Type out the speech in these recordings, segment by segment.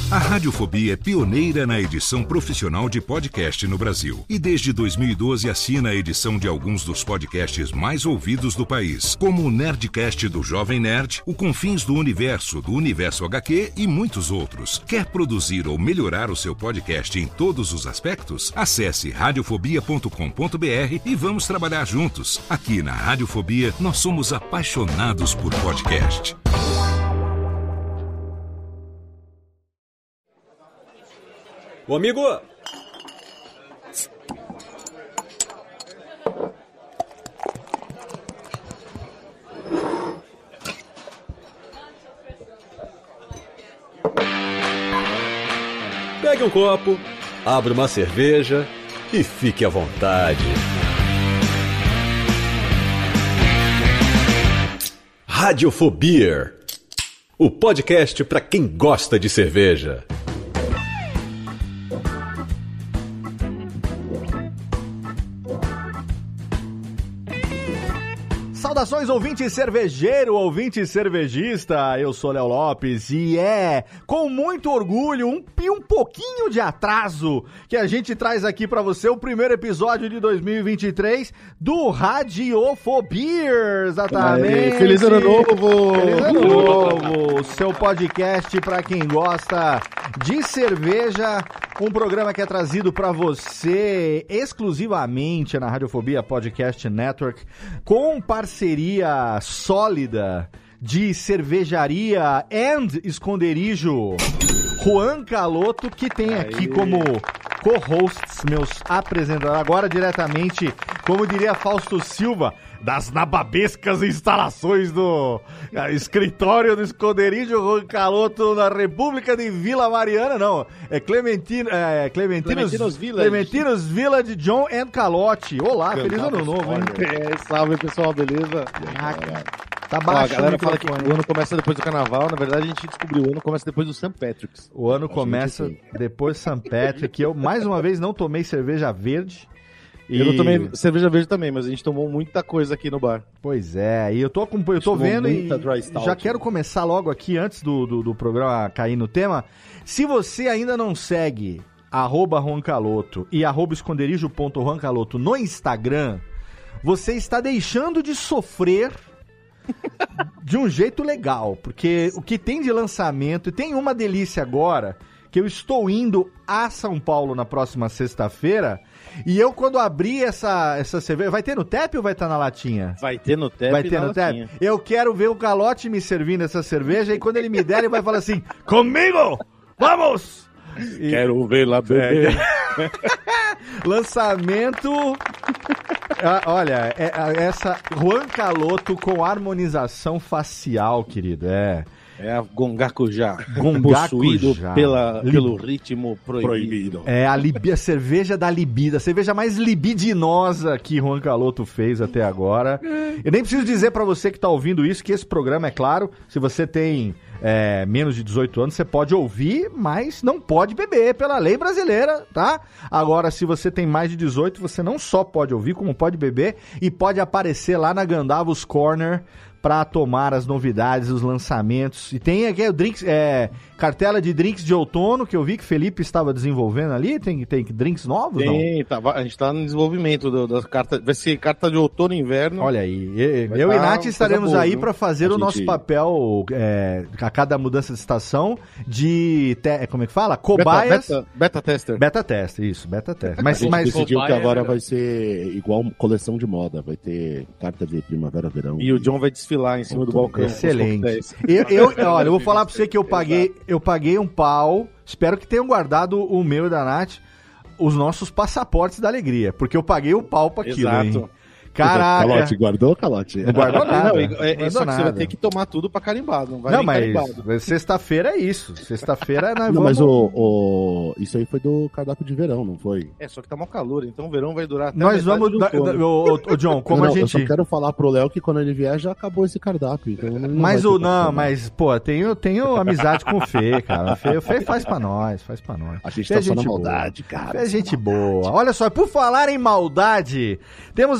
A Radiofobia é pioneira na edição profissional de podcast no Brasil. E desde 2012 assina a edição de alguns dos podcasts mais ouvidos do país, como o Nerdcast do Jovem Nerd, o Confins do Universo HQ e muitos outros. Quer produzir ou melhorar o seu podcast em todos os aspectos? Acesse radiofobia.com.br e vamos trabalhar juntos. Aqui na Radiofobia, nós somos apaixonados por podcast. Ô, amigo! Pegue um copo, abra uma cerveja e fique à vontade. Radiofobia, o podcast para quem gosta de cerveja. Saudações, ouvinte cervejeiro, ouvinte cervejista, eu sou Léo Lopes e é com muito orgulho, um pouquinho de atraso, que a gente traz aqui pra você o primeiro episódio de 2023 do Radiofobia, exatamente. Aê, feliz ano novo! Feliz ano novo, seu podcast pra quem gosta de cerveja, um programa que é trazido pra você exclusivamente na Radiofobia Podcast Network, com parceria sólida de cervejaria and esconderijo Juan Caloto, que tem aqui como co-hosts meus apresentadores, agora diretamente, como diria Fausto Silva, das nababescas instalações do escritório do esconderijo Juan Caloto na República de Vila Mariana, não, é Clementinos Village John and Calote. Olá, feliz ano novo, hein? Salve, pessoal, beleza? Tá baixo. A galera fala que o ano começa depois do carnaval, na verdade a gente descobriu, o ano começa depois do St. Patrick's. O ano começa depois do St. Patrick, eu mais uma vez não tomei cerveja verde. Eu não tomei cerveja verde também, mas a gente tomou muita coisa aqui no bar. Pois é, e eu tô vendo e já quero começar logo aqui, antes do programa cair no tema. Se você ainda não segue @JuanCaloto e @esconderijo.JuanCaloto no Instagram, você está deixando de sofrer de um jeito legal, porque o que tem de lançamento, e tem uma delícia agora, que eu estou indo a São Paulo na próxima sexta-feira, e eu quando abri essa cerveja, vai ter no tap ou vai estar na latinha? Vai ter no tap. Vai ter no tap? Eu quero ver o Calote me servindo essa cerveja, e quando ele me der, ele vai falar assim, comigo, vamos! Quero ver lá beber. Lançamento. Olha, essa Juan Caloto com harmonização facial, querido. É a Gongakujá. Possuído pelo ritmo proibido. É a cerveja da libido, a cerveja mais libidinosa que Juan Caloto fez até agora. Eu nem preciso dizer pra você que tá ouvindo isso, que esse programa, é claro, se você tem menos de 18 anos, você pode ouvir, mas não pode beber pela lei brasileira, tá? Agora, se você tem mais de 18, você não só pode ouvir, como pode beber e pode aparecer lá na Gandavos Corner para tomar as novidades, os lançamentos. E tem aqui o drinks, cartela de drinks de outono, que eu vi que o Felipe estava desenvolvendo ali. Tem drinks novos? Tem, não? A gente está no desenvolvimento das cartas. Vai ser carta de outono e inverno. Olha aí, eu e Nath estaremos boa, aí para fazer o nosso papel a cada mudança de estação de, como é que fala? Cobaias. Beta tester. Beta tester, isso, beta tester. Mas decidiu que agora vai ser igual coleção de moda, vai ter carta de primavera, verão. E o John vai desfilar em cima do balcão. Excelente. Olha, eu vou falar pra você que eu paguei um pau, espero que tenham guardado o meu e da Nath, os nossos passaportes da alegria, porque eu paguei um pau pra aquilo, exato. Hein? Caraca. Calote, guardou, Calote? Não guardou nada. Não, só que você vai ter que tomar tudo pra carimbar, não vai nem carimbado. Mas sexta-feira é isso. Sexta-feira nós não, mas isso aí foi do cardápio de verão, não foi? Só que tá mó calor, então o verão vai durar até nós vamos, John, como a gente... Eu só quero falar pro Léo que quando ele vier já acabou esse cardápio. Então mas, pô, tenho amizade com o Fê, cara. O Fê faz pra nós, A gente tá só na maldade, cara. Fê é gente boa. Olha só, por falar em maldade, temos aqui um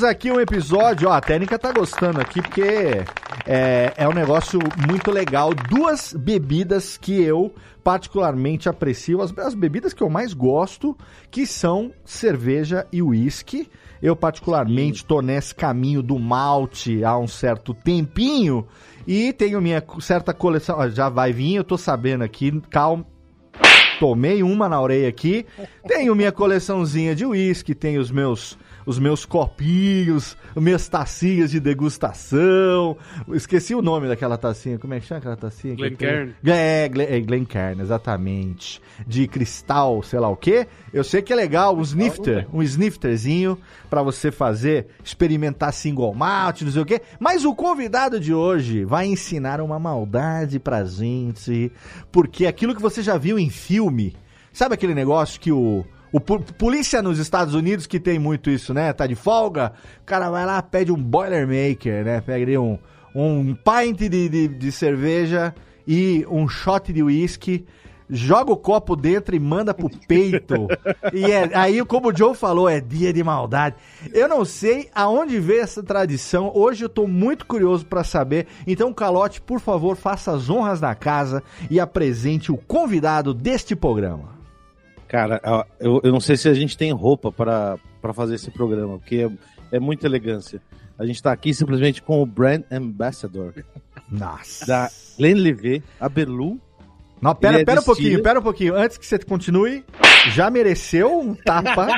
episódio, ó, a técnica tá gostando aqui, porque é um negócio muito legal. 2 bebidas que eu particularmente aprecio, as bebidas que eu mais gosto, que são cerveja e uísque. Eu particularmente tô nesse caminho do malte há um certo tempinho e tenho minha certa coleção. Ó, já vai vir, eu tô sabendo aqui, calma. Tomei uma na orelha aqui. Tenho minha coleçãozinha de uísque, tenho os meus copinhos, as minhas tacinhas de degustação. Esqueci o nome daquela tacinha. Como é que chama aquela tacinha? Glencairn. Glencairn, exatamente. De cristal, sei lá o quê. Eu sei que é legal, um snifterzinho pra você fazer, experimentar single malt, não sei o quê. Mas o convidado de hoje vai ensinar uma maldade pra gente, porque aquilo que você já viu em filme, sabe aquele negócio que o polícia nos Estados Unidos, que tem muito isso, né? Tá de folga, o cara vai lá, pede um Boilermaker, né? Pega ali um pint de cerveja e um shot de uísque, joga o copo dentro e manda pro peito. E aí, como o Joe falou, é dia de maldade. Eu não sei aonde veio essa tradição. Hoje eu tô muito curioso pra saber. Então, Calote, por favor, faça as honras da casa e apresente o convidado deste programa. Cara, eu não sei se a gente tem roupa pra fazer esse programa, porque é muita elegância. A gente tá aqui simplesmente com o Brand Ambassador. Nossa. Da Glenlivet, Aberlour. Não, pera um pouquinho. Antes que você continue, já mereceu um tapa.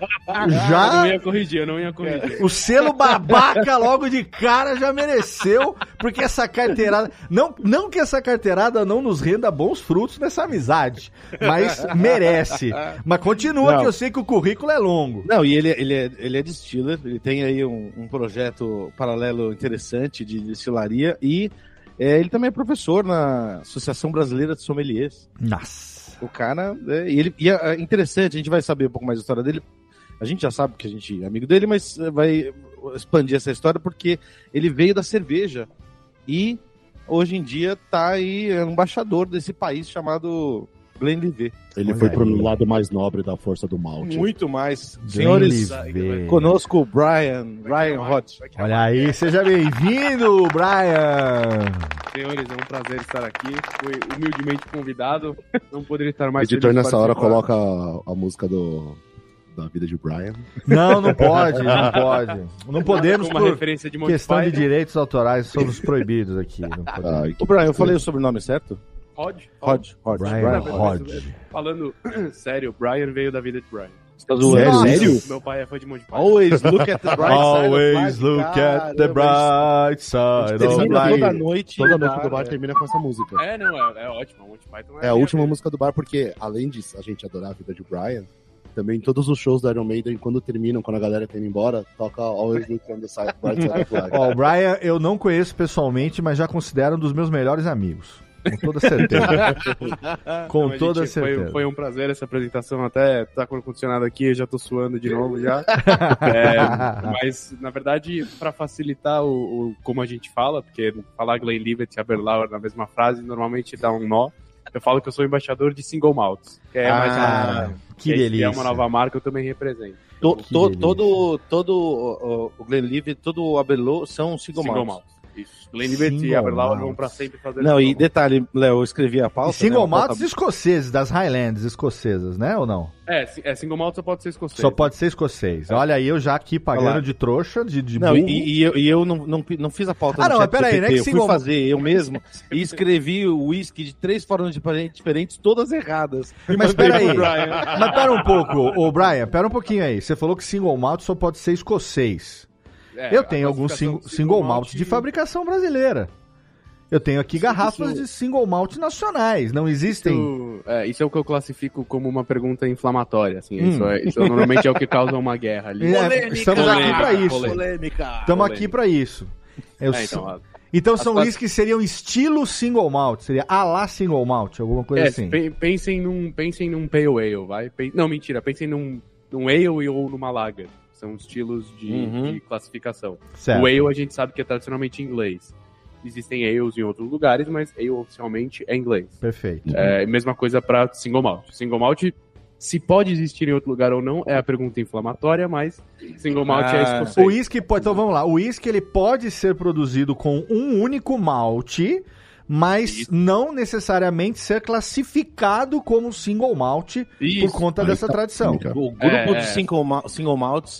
Já. Eu não ia corrigir. O selo babaca logo de cara já mereceu, porque essa carteirada... Não que essa carteirada não nos renda bons frutos nessa amizade, mas merece. Mas continua, que eu sei que o currículo é longo. Não, e ele é distiller, ele tem aí um projeto paralelo interessante de destilaria e... ele também é professor na Associação Brasileira de Sommeliers. Nossa. O cara... E é interessante, a gente vai saber um pouco mais da história dele. A gente já sabe que a gente é amigo dele, mas vai expandir essa história porque ele veio da cerveja e hoje em dia tá aí embaixador desse país chamado Glenlivet. Ele foi pro lado mais nobre da força do malte. Muito mais. Senhores, conosco o Brian Hodge. Olha aí, seja bem-vindo, Brian! Senhores, é um prazer estar aqui. Fui humildemente convidado. Não poderia estar mais feliz. O editor nessa hora coloca a música da vida de Brian. Não pode. Não podemos, uma por referência de questão de direitos autorais, somos proibidos aqui. O Brian, eu falei o sobrenome certo? Hodge. Brian Hodge. Falando sério, o Brian veio da vida de Brian. Sério? Meu pai é fã de Monty Python. Always look at the bright side. Always look at the bright side of life. Toda noite do bar termina com essa música. É ótimo. Monty Python é a última música do bar, porque além de a gente adorar a vida de Brian, também todos os shows do Iron Maiden, quando terminam, quando a galera tá indo embora, toca Always Look on the Bright Side of Life. O Brian eu não conheço pessoalmente, mas já considero um dos meus melhores amigos. Com toda certeza. Certeza. Foi um prazer essa apresentação, até tá com o ar-condicionado aqui, eu já tô suando de novo já. Mas, na verdade, para facilitar como a gente fala, porque falar Glenlivet e Aberlour na mesma frase normalmente dá um nó, eu falo que eu sou embaixador de single malts, que é mais que delícia. Que é uma nova marca, eu também represento. Todo o Glenlivet, todo o Aberlour são single malts. Isso. Glenlivet e Aberlour vão pra sempre fazer. Não, e detalhe, Léo, eu escrevi a pauta. Single malts escoceses, das Highlands escocesas, né, ou não? Single malt só pode ser escocês. Só pode ser escocês. Olha aí, eu já aqui pagando de trouxa, de não, burro. E eu não fiz a pauta no chat mas peraí, né? Que eu fui fazer eu mesmo e escrevi o whisky de 3 formas diferentes, todas erradas. Mas peraí, mas pera um pouco, Brian, pera um pouquinho aí. Você falou que single malt só pode ser escocês. Eu tenho alguns single malt de fabricação brasileira. Eu tenho aqui garrafas de single malt nacionais. Não existem... Isso é o que eu classifico como uma pergunta inflamatória. Assim. Isso normalmente é o que causa uma guerra ali. Estamos aqui pra isso. Polêmica. Estamos aqui pra isso. Então são whiskies que seriam estilo single malt. Seria a la single malt, alguma coisa assim. Pensem num pale ale, vai. Não, mentira. Pensem num ale ou numa lager. São estilos de classificação. Certo. O ale a gente sabe que é tradicionalmente inglês. Existem ales em outros lugares, mas ale oficialmente é inglês. Perfeito. Mesma coisa para single malt. Single malt Se pode existir em outro lugar ou não, é a pergunta inflamatória, mas single malt é escocês. O whisky, então vamos lá. O whisky ele pode ser produzido com um único malte, mas não necessariamente ser classificado como single malt por conta dessa tradição. O grupo de single malts...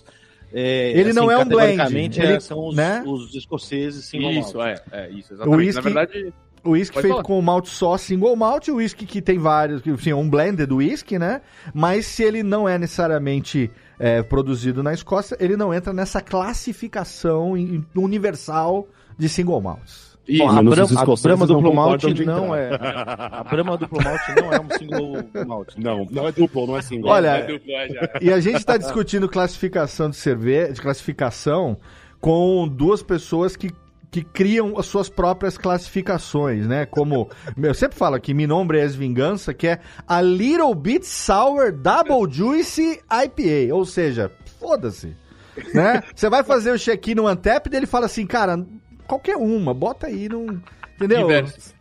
ele não é um blend. São os escoceses single malt. Isso, exatamente. Na verdade... O whisky feito com malte só, single malt, o whisky que tem vários, enfim, um blended whisky, né? Mas se ele não é necessariamente produzido na Escócia, ele não entra nessa classificação universal de single malts. Bom, a Brahma Duplo Malte não é. A Brahma Duplo Malte não é um single malt. Não é duplo, não é single. Olha, e a gente está discutindo classificação de cerveja, de classificação com duas pessoas que criam as suas próprias classificações, né? Como, eu sempre falo aqui, Mi Nombre es Vingança, que é a Little Bit Sour Double Juicy IPA, ou seja, foda-se, né? Você vai fazer o check-in no Untapped, ele fala assim, cara, qualquer uma, bota aí num... Entendeu? Diversos.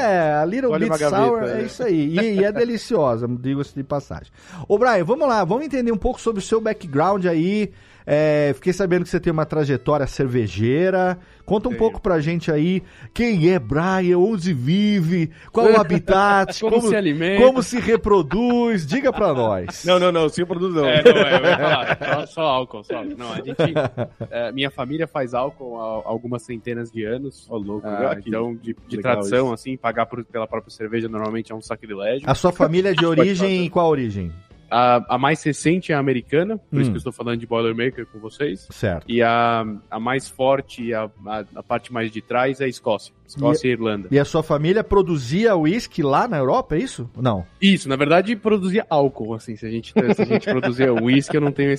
A Little Bit Sour é isso aí. E é deliciosa, digo-se de passagem. Ô, Brian, vamos lá, vamos entender um pouco sobre o seu background aí. Fiquei sabendo que você tem uma trajetória cervejeira. Conta um pouco pra gente aí quem é Brian, onde vive, qual o habitat, como se alimenta, como se reproduz. Diga pra nós. Não, se reproduz não. Eu ia falar, só álcool. Não, a gente, minha família faz álcool há algumas centenas de anos. Louco. Então, de tradição, isso. Assim, pagar pela própria cerveja normalmente é um sacrilégio. A sua família é de origem, qual origem? A mais recente é a americana, por isso que eu estou falando de Boilermaker com vocês. Certo. E a mais forte, a parte mais de trás é a Escócia e Irlanda. E a sua família produzia whisky lá na Europa, é isso? Não. Isso, na verdade produzia álcool, assim, se a gente produzia whisky, eu não tenho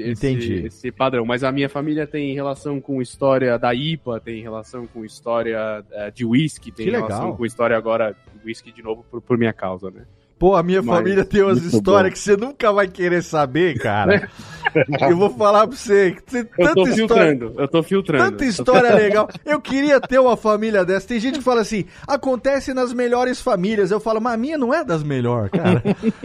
esse padrão. Mas a minha família tem relação com história da IPA, tem relação com história de whisky, tem relação com história agora de whisky de novo por minha causa, né? Pô, a minha família tem umas histórias que você nunca vai querer saber, cara. Eu vou falar pra você. Eu tô filtrando. Tanta história legal. Eu queria ter uma família dessa. Tem gente que fala assim, acontece nas melhores famílias. Eu falo, mas a minha não é das melhores, cara.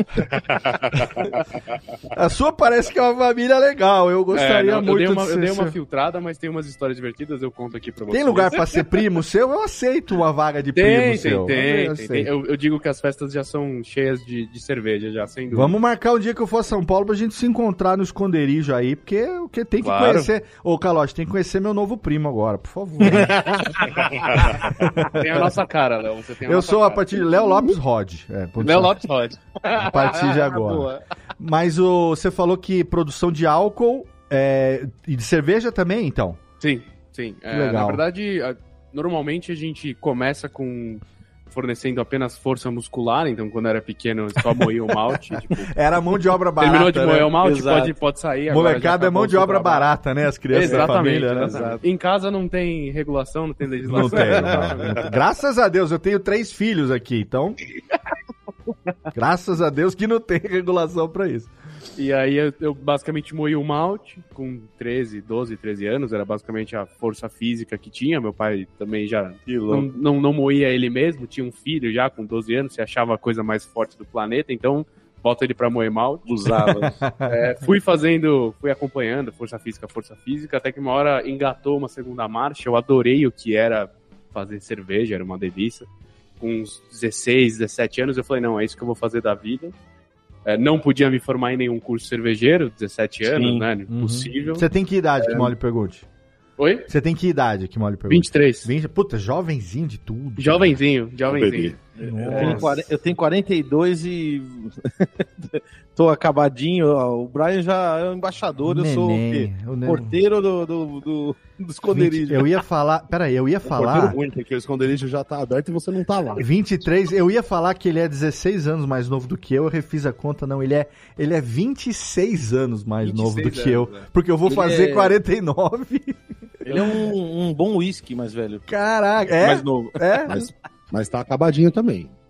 A sua parece que é uma família legal. Eu gostaria muito de ser... Eu dei uma filtrada, mas tem umas histórias divertidas, eu conto aqui pra vocês. Tem lugar pra ser primo seu? Eu aceito uma vaga de primo seu. Tem. Eu digo que as festas já são cheias de cerveja, já, sem dúvida. Vamos marcar um dia que eu for a São Paulo pra gente se encontrar no esconderijo aí, porque tem que conhecer... Ô, Calote, tem que conhecer meu novo primo agora, por favor. Tem a nossa cara, Léo. Eu sou a partir de Léo Lopes Rod. Léo Lopes Rod. A partir de agora. Mas você falou que produção de álcool e de cerveja também, então? Sim. Legal. Na verdade, normalmente a gente começa fornecendo apenas força muscular, então quando era pequeno só moía o malte. Era mão de obra barata. Terminou de moer o malte, pode sair. Molecada é mão de obra barata, né? As crianças da família, né? Exatamente. Em casa não tem regulação, não tem legislação. Não tem. Graças a Deus, eu tenho 3 filhos aqui, então... Graças a Deus que não tem regulação pra isso. E aí eu basicamente moí o malte com 12, 13 anos, era basicamente a força física que tinha. Meu pai também já não moía ele mesmo, tinha um filho já com 12 anos, se achava a coisa mais forte do planeta, então bota ele pra moer malte. Usava. Fui acompanhando força física, até que uma hora engatou uma segunda marcha. Eu adorei o que era fazer cerveja, era uma delícia. Com uns 16, 17 anos eu falei, não, é isso que eu vou fazer da vida. Não podia me formar em nenhum curso cervejeiro, 17 anos, né? Impossível. Você tem que idade, que Molly pergunte? Oi? Você tem que idade, que Molly pergunte? 23. Puta, jovenzinho de tudo. Jovenzinho. Eu tenho 42 e tô acabadinho. O Brian já é o embaixador, eu sou o quê? Porteiro do esconderijo. Eu ia falar... Peraí, Porteiro ruim, porque o esconderijo já tá aberto e você não tá lá. 23, eu ia falar que ele é 16 anos mais novo do que eu refiz a conta, não, ele é 26 anos mais novo do que eu, porque eu vou fazer 49. Ele é um bom whisky mais velho. Caraca, Mais novo. Mas tá acabadinho também.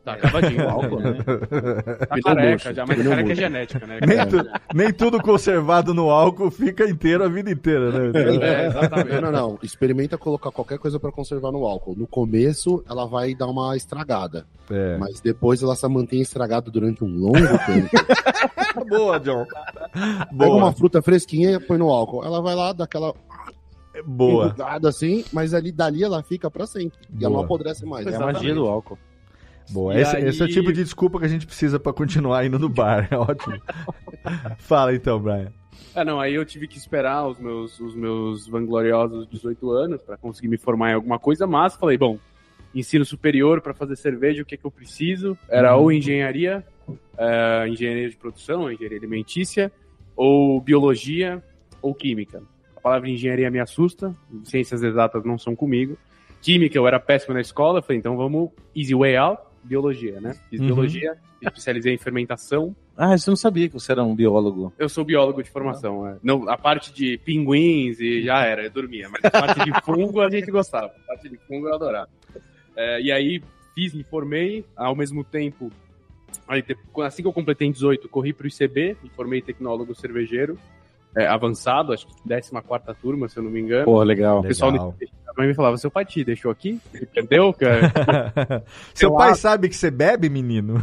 Tá acabadinho o álcool, né? Tá careca já, mas careca é genética, né? Nem tudo conservado no álcool fica inteiro a vida inteira, né? Exatamente. Não. Experimenta colocar qualquer coisa pra conservar no álcool. No começo, ela vai dar uma estragada. Mas depois ela se mantém estragada durante um longo tempo. Boa, John. Pega uma fruta fresquinha e põe no álcool. Ela vai lá, dá aquela Boa. enrugada assim, mas dali ela fica pra sempre. E ela não apodrece mais. É a magia do álcool. Boa, E esse é o aí- tipo de desculpa que a gente precisa pra continuar indo no bar, é ótimo. Fala então, Brian. Aí eu tive que esperar os meus vangloriosos 18 anos pra conseguir me formar em alguma coisa, mas falei, bom, ensino superior pra fazer cerveja, o que eu preciso? Era ou engenharia de produção, engenharia alimentícia, ou biologia, ou química. A palavra engenharia me assusta, ciências exatas não são comigo. Química eu era péssimo na escola, falei, então vamos easy way out, biologia, né? Fiz biologia, me especializei em fermentação. Ah, você não sabia que você era um biólogo. Eu sou biólogo de formação. Não, a parte de pinguins e já era, eu dormia. Mas a parte de fungo a gente gostava. A parte de fungo eu adorava. E aí me formei, ao mesmo tempo, assim que eu completei em 18, corri pro ICB, me formei tecnólogo cervejeiro, avançado, acho que 14ª turma, se eu não me engano. Pô, legal. O pessoal me falava, seu pai te deixou aqui? Ele perdeu, cara? Seu pai sabe que você bebe, menino?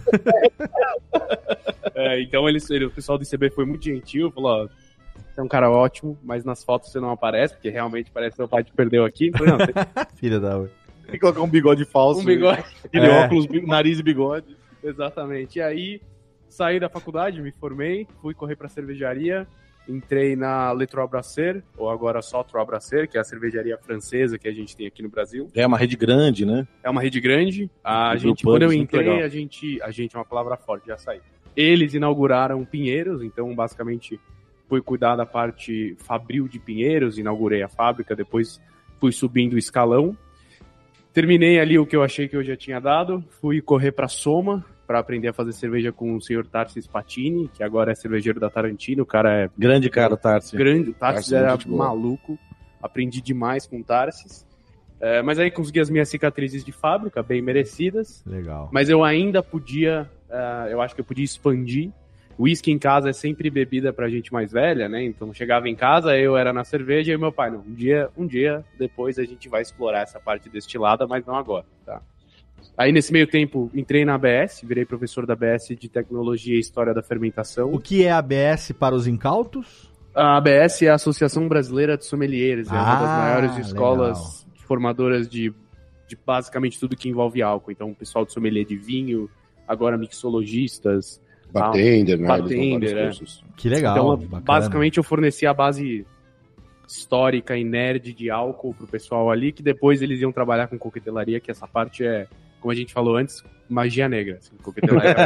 Então o pessoal do ICB foi muito gentil, falou, ó, você é um cara ótimo, mas nas fotos você não aparece, porque realmente parece que seu pai te perdeu aqui. Eu falei, não, você Filha da mãe. Tem que colocar um bigode falso. um bigode. Aquele óculos, nariz e bigode. Exatamente. E aí, saí da faculdade, me formei, fui correr pra cervejaria, entrei na Le Trois Brasseurs, ou agora só Trois Brasseurs, que é a cervejaria francesa que a gente tem aqui no Brasil. É uma rede grande, né? É uma rede grande. Do Quando eu Pubs, muito entrei, legal. a gente é uma palavra forte, já saí. Eles inauguraram Pinheiros, então basicamente fui cuidar da parte fabril de Pinheiros, inaugurei a fábrica, depois fui subindo o escalão. Terminei ali o que eu achei que eu já tinha dado, fui correr pra Soma, para aprender a fazer cerveja com o senhor Tarsis Patini, que agora é cervejeiro da Tarantino, o cara é Grande cara, o Tarsi. grande, o Tarsis Tarsis é era muito boa. maluco, aprendi demais com o Tarsis. Mas aí consegui as minhas cicatrizes de fábrica, bem merecidas, Legal. mas eu ainda podia, eu acho que eu podia expandir. Whisky em casa é sempre bebida pra gente mais velha, né? Então chegava em casa, eu era na cerveja e meu pai, não, um dia depois a gente vai explorar essa parte destilada, mas não agora, tá? Aí nesse meio tempo entrei na ABS, virei professor da ABS de Tecnologia e História da Fermentação. O que é ABS para os incautos? A ABS é a Associação Brasileira de Sommeliers, é uma das maiores escolas legal. formadoras de basicamente tudo que envolve álcool. Então, o pessoal de sommelier de vinho, agora mixologistas, Bartender, né? Bartender, Eles dão vários é. cursos. Que legal. Então, bacana. basicamente, eu forneci a base histórica e nerd de álcool pro pessoal ali, que depois eles iam trabalhar com coquetelaria, que essa parte é, como a gente falou antes, magia negra. Assim, coquetelaria.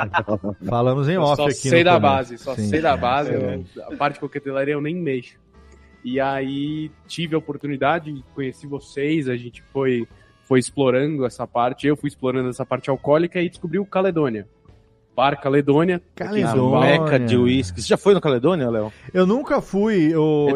Falamos em Eu off só aqui sei no da começo. base, só Sim. sei da base. A parte de coquetelaria eu nem mexo. E aí tive a oportunidade, conheci vocês, a gente foi explorando essa parte, eu fui explorando essa parte alcoólica e descobri o Caledônia. Bar Caledônia. Caledônia. Meca de uísque. Você já foi no Caledônia, Léo? Eu nunca fui.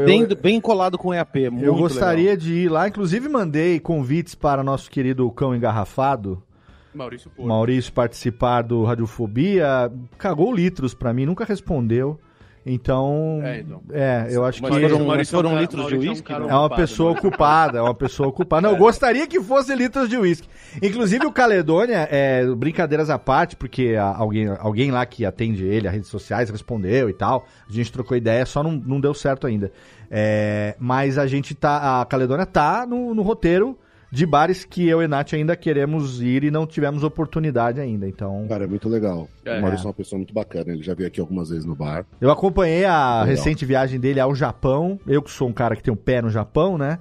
Bem colado com o EAP. É muito Eu gostaria legal. de ir lá. Inclusive, mandei convites para nosso querido Cão Engarrafado, Maurício Porto. Maurício, participar do Radiofobia. Cagou litros pra mim, nunca respondeu. Então, Então. eu acho Mas que foram litros de uísque? é uma pessoa ocupada, é uma pessoa ocupada. Não, eu gostaria que fosse litros de uísque. Inclusive o Caledônia, brincadeiras à parte, porque alguém lá que atende ele, as redes sociais, respondeu e tal. A gente trocou ideia, só não deu certo ainda. Mas a Caledônia tá no roteiro de bares que eu e Nath ainda queremos ir e não tivemos oportunidade ainda. Então, Cara, é muito legal. É. O Maurício é uma pessoa muito bacana. Ele já veio aqui algumas vezes no bar. eu acompanhei a Legal. recente viagem dele ao Japão. Eu que sou um cara que tem um pé no Japão, né?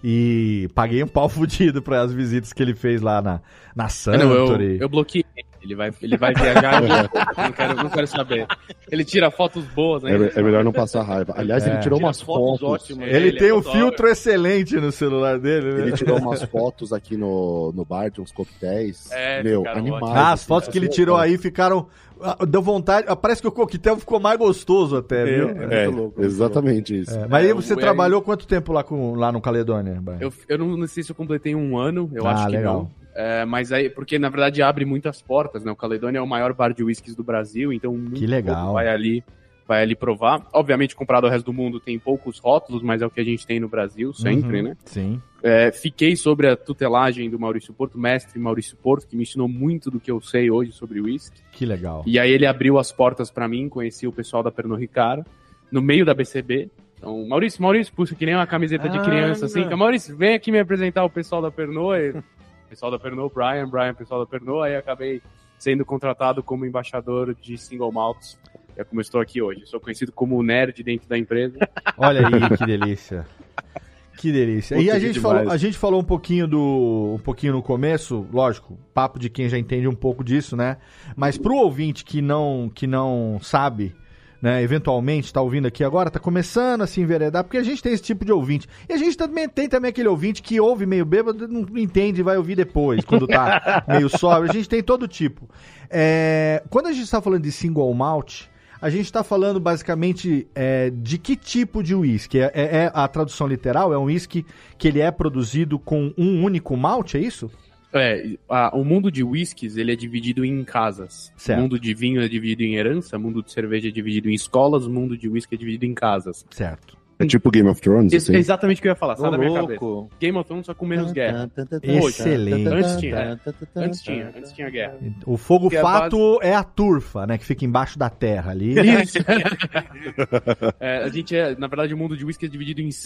E paguei um pau fudido para as visitas que ele fez lá na Suntory. Eu bloqueei. Ele vai viajar e não quero saber. Ele tira fotos boas, né? É melhor não passar raiva. Aliás, ele tirou umas fotos. ótimas. Ele tem é um fotógrafo. filtro excelente no celular dele, né? Ele tirou umas fotos aqui no bar de uns coquetéis. Meu, ficaram animais. ótimos. As fotos que ele tirou aí ficaram... Deu vontade... Parece que o coquetel ficou mais gostoso até, viu? muito louco. Exatamente isso. Mas aí você trabalhou quanto tempo lá no Caledônia, Brian? Eu não sei se eu completei um ano, eu acho que legal. não. Mas aí, porque na verdade abre muitas portas, né? O Caledônia é o maior bar de whiskies do Brasil, então muito legal. vai ali provar. Obviamente, comparado ao resto do mundo, tem poucos rótulos, mas é o que a gente tem no Brasil, sempre, né? Sim. Fiquei sobre a tutelagem do Maurício Porto, mestre Maurício Porto, que me ensinou muito do que eu sei hoje sobre whisky. Que legal. E aí ele abriu as portas pra mim, conheci o pessoal da Pernod Ricard, no meio da BCB. Então, Maurício, puxa, que nem uma camiseta de criança, assim. Então, Maurício, vem aqui me apresentar o pessoal da Pernod. Pessoal da Pernod, Brian, pessoal da Pernod. Aí acabei sendo contratado como embaixador de single malts. É como eu estou aqui hoje. Sou conhecido como o nerd dentro da empresa. Olha aí, que delícia. Que delícia. E a gente falou um pouquinho no começo, lógico, papo de quem já entende um pouco disso, né? Mas pro ouvinte que não sabe, né, eventualmente tá ouvindo aqui agora, tá começando a se enveredar, porque a gente tem esse tipo de ouvinte. E a gente tem também aquele ouvinte que ouve meio bêbado, não entende e vai ouvir depois, quando tá meio sóbrio. A gente tem todo tipo. Quando a gente tá falando de single malt, a gente está falando basicamente de que tipo de uísque? A tradução literal é um uísque que ele é produzido com um único malte, é isso? O mundo de whiskies, ele é dividido em casas. Certo. O mundo de vinho é dividido em herança, o mundo de cerveja é dividido em escolas, o mundo de whisky é dividido em casas. Certo. É tipo Game of Thrones, Isso assim? é exatamente o que eu ia falar, sai da minha cabeça. Louco. Game of Thrones só com menos guerra. Excelente. Antes tinha guerra. O fogo Que é fato é a turfa, né? Que fica embaixo da terra ali. Isso. A gente na verdade, o mundo de whisky é dividido em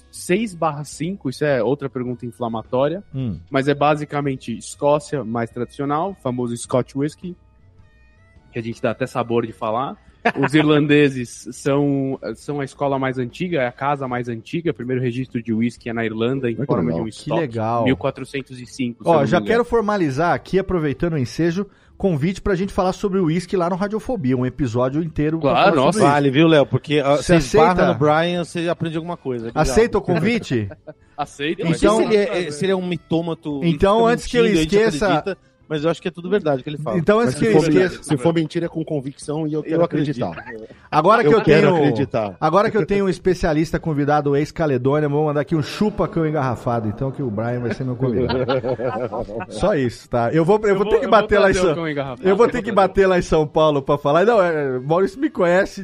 6/5, isso é outra pergunta inflamatória, mas é basicamente Escócia, mais tradicional, famoso Scotch whisky, que a gente dá até sabor de falar. Os irlandeses são a escola mais antiga, é a casa mais antiga. O primeiro registro de whisky é na Irlanda, em forma de um estoque. Que legal. 1405. Ó, já quero formalizar aqui, aproveitando o ensejo, convite pra gente falar sobre o whisky lá no Radiofobia, um episódio inteiro. Claro, nossa. Vale, viu, Léo? Porque você aceita esbarra no Brian, você aprende alguma coisa. Aceita o convite? Aceito. Eu não sei se ele é um mitômato. Então, antes que eu esqueça... Mas eu acho que é tudo verdade que ele fala. Então, antes que eu esqueça... Se for mentira, é com convicção e eu quero acreditar. Agora que eu quero acreditar. Agora que eu tenho um especialista convidado, o ex-Caledônia, vou mandar aqui um chupa-cão engarrafado, então que o Brian vai ser meu convidado. Só isso, tá? Eu vou ter que bater lá em São... Eu vou ter que bater lá em São Paulo pra falar. Não, Maurício me conhece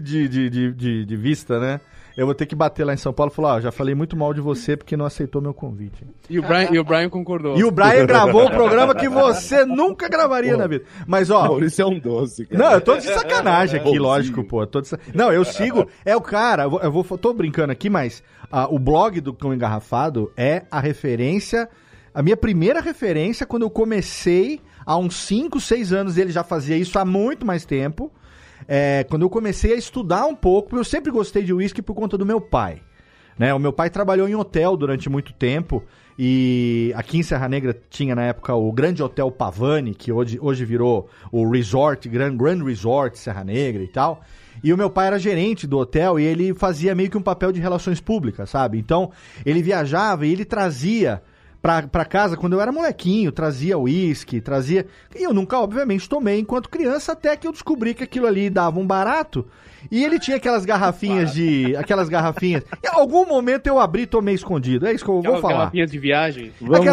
de vista, né? Eu vou ter que bater lá em São Paulo e falar, já falei muito mal de você porque não aceitou meu convite. E o Brian concordou. E o Brian gravou um programa que você nunca gravaria na vida. Mas, ó... Maurício é um doce, cara. Não, eu tô de sacanagem aqui, lógico, pô. Não, eu sigo... É o cara... Tô brincando aqui, mas o blog do Cão Engarrafado é a referência... A minha primeira referência quando eu comecei, há uns 5, 6 anos, ele já fazia isso há muito mais tempo... quando eu comecei a estudar um pouco, eu sempre gostei de uísque por conta do meu pai, né? O meu pai trabalhou em hotel durante muito tempo e aqui em Serra Negra tinha na época o Grande Hotel Pavani, que hoje virou o Resort, Grand Resort Serra Negra e tal. E o meu pai era gerente do hotel e ele fazia meio que um papel de relações públicas, sabe? Então, ele viajava e ele trazia... Pra casa, quando eu era molequinho, trazia uísque, trazia... E eu nunca, obviamente, tomei enquanto criança, até que eu descobri que aquilo ali dava um barato. E ele tinha aquelas garrafinhas Em algum momento eu abri e tomei escondido. É isso que eu vou falar. Garrafinhas de viagem.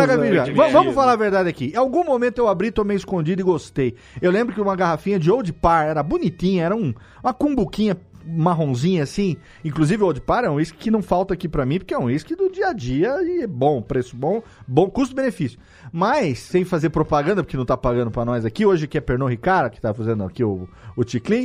Vamos falar a verdade aqui. Em algum momento eu abri, tomei escondido e gostei. Eu lembro que uma garrafinha de Old Par era bonitinha, era uma cumbuquinha marronzinha assim, inclusive o Old Par é um uísque que não falta aqui pra mim, porque é um uísque do dia a dia e é bom, preço bom custo-benefício, mas sem fazer propaganda, porque não tá pagando pra nós aqui, hoje que é Pernod Ricard, que tá fazendo aqui o Ticlin,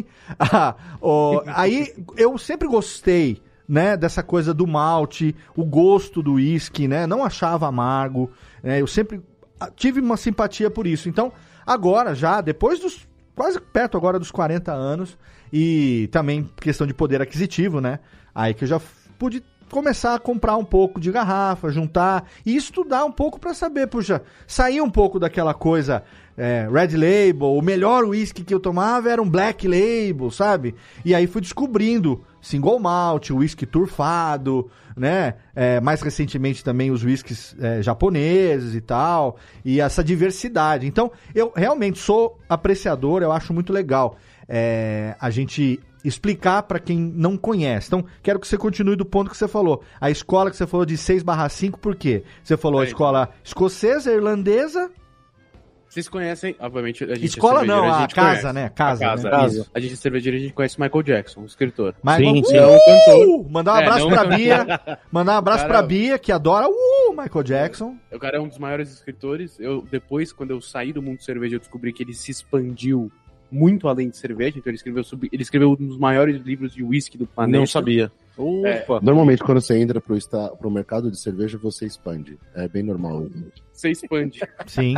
aí eu sempre gostei, né, dessa coisa do malte, o gosto do uísque, né, não achava amargo, né, eu sempre tive uma simpatia por isso, então agora já, depois dos quase perto agora dos 40 anos, e também questão de poder aquisitivo, né? Aí que eu já pude começar a comprar um pouco de garrafa, juntar e estudar um pouco pra saber, puxa, sair um pouco daquela coisa Red Label, o melhor whisky que eu tomava era um Black Label, sabe? E aí fui descobrindo single malt, whisky turfado, né? Mais recentemente também os whiskies japoneses e tal, e essa diversidade. Então, eu realmente sou apreciador, eu acho muito legal a gente explicar para quem não conhece. Então, quero que você continue do ponto que você falou. A escola que você falou de 6/5, por quê? Você falou a escola escocesa, irlandesa... Vocês conhecem, obviamente, a gente Escola é não, cervejeiro, a gente casa, conhece. né? Casa, A né? casa. Isso. A gente é cervejeiro, a gente conhece o Michael Jackson, o escritor. Mas, Sim, sim. É um cantor. Mandar um abraço não pra cantor. Bia. Mandar um abraço Cara, pra Bia, que adora Michael Jackson. O cara é um dos maiores escritores. Depois, quando eu saí do mundo de cerveja, eu descobri que ele se expandiu muito além de cerveja. Então ele escreveu um dos maiores livros de whisky do planeta. Não sabia. Opa. Normalmente, quando você entra pro mercado de cerveja, você expande. É bem normal. Você expande. Sim.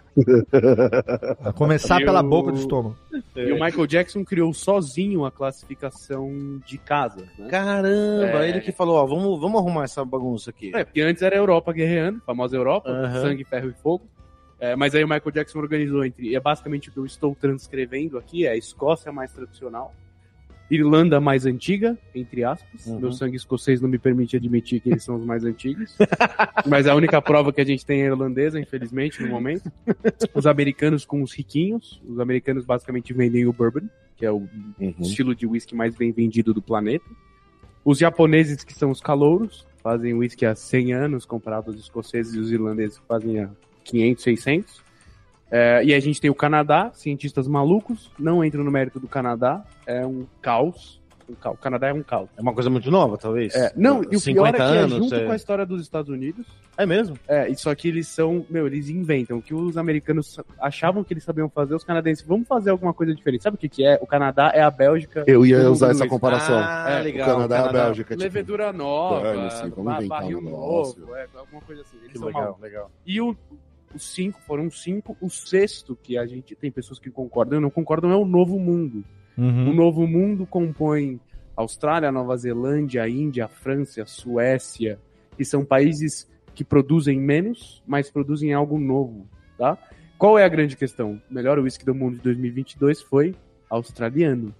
A começar E pela o- boca do estômago. E o Michael Jackson criou sozinho a classificação de casa, né? Caramba, É. ele que falou, ó, vamos arrumar essa bagunça aqui. Porque antes era a Europa guerreando, a famosa Europa, Aham. sangue, ferro e fogo. Mas aí o Michael Jackson organizou é basicamente o que eu estou transcrevendo aqui, é a Escócia mais tradicional, Irlanda mais antiga, entre aspas. Uhum. Meu sangue escocês não me permite admitir que eles são os mais antigos. Mas a única prova que a gente tem é a irlandesa, infelizmente, no momento. Os americanos com os riquinhos. Os americanos basicamente vendem o bourbon, que é o estilo de whisky mais bem vendido do planeta. Os japoneses, que são os calouros, fazem whisky há 100 anos, comparado aos escoceses e os irlandeses que fazem há 500, 600. E a gente tem o Canadá, cientistas malucos, não entro no mérito do Canadá, é um caos. O Canadá é um caos. É uma coisa muito nova, talvez. Não, e o 50 pior é que anos, é junto com a história dos Estados Unidos. É mesmo? Só que eles são, eles inventam. O que os americanos achavam que eles sabiam fazer, os canadenses, vamos fazer alguma coisa diferente. Sabe o que é? O Canadá é a Bélgica. Eu ia do mundo usar do essa whisky. comparação. Legal. O Canadá é a Bélgica. Tipo, Levedura nova, dane-se, vamos inventar barril um negócio. novo, alguma coisa assim. Eles Que são legal, malucos. legal. E os 5, foram 5. O sexto, que a gente tem pessoas que concordam, não concordam, é o Novo Mundo. O Novo Mundo compõe Austrália, Nova Zelândia, Índia, França, Suécia, que são países que produzem menos, mas produzem algo novo, tá? Qual é a grande questão? O melhor whisky do mundo de 2022 foi australiano.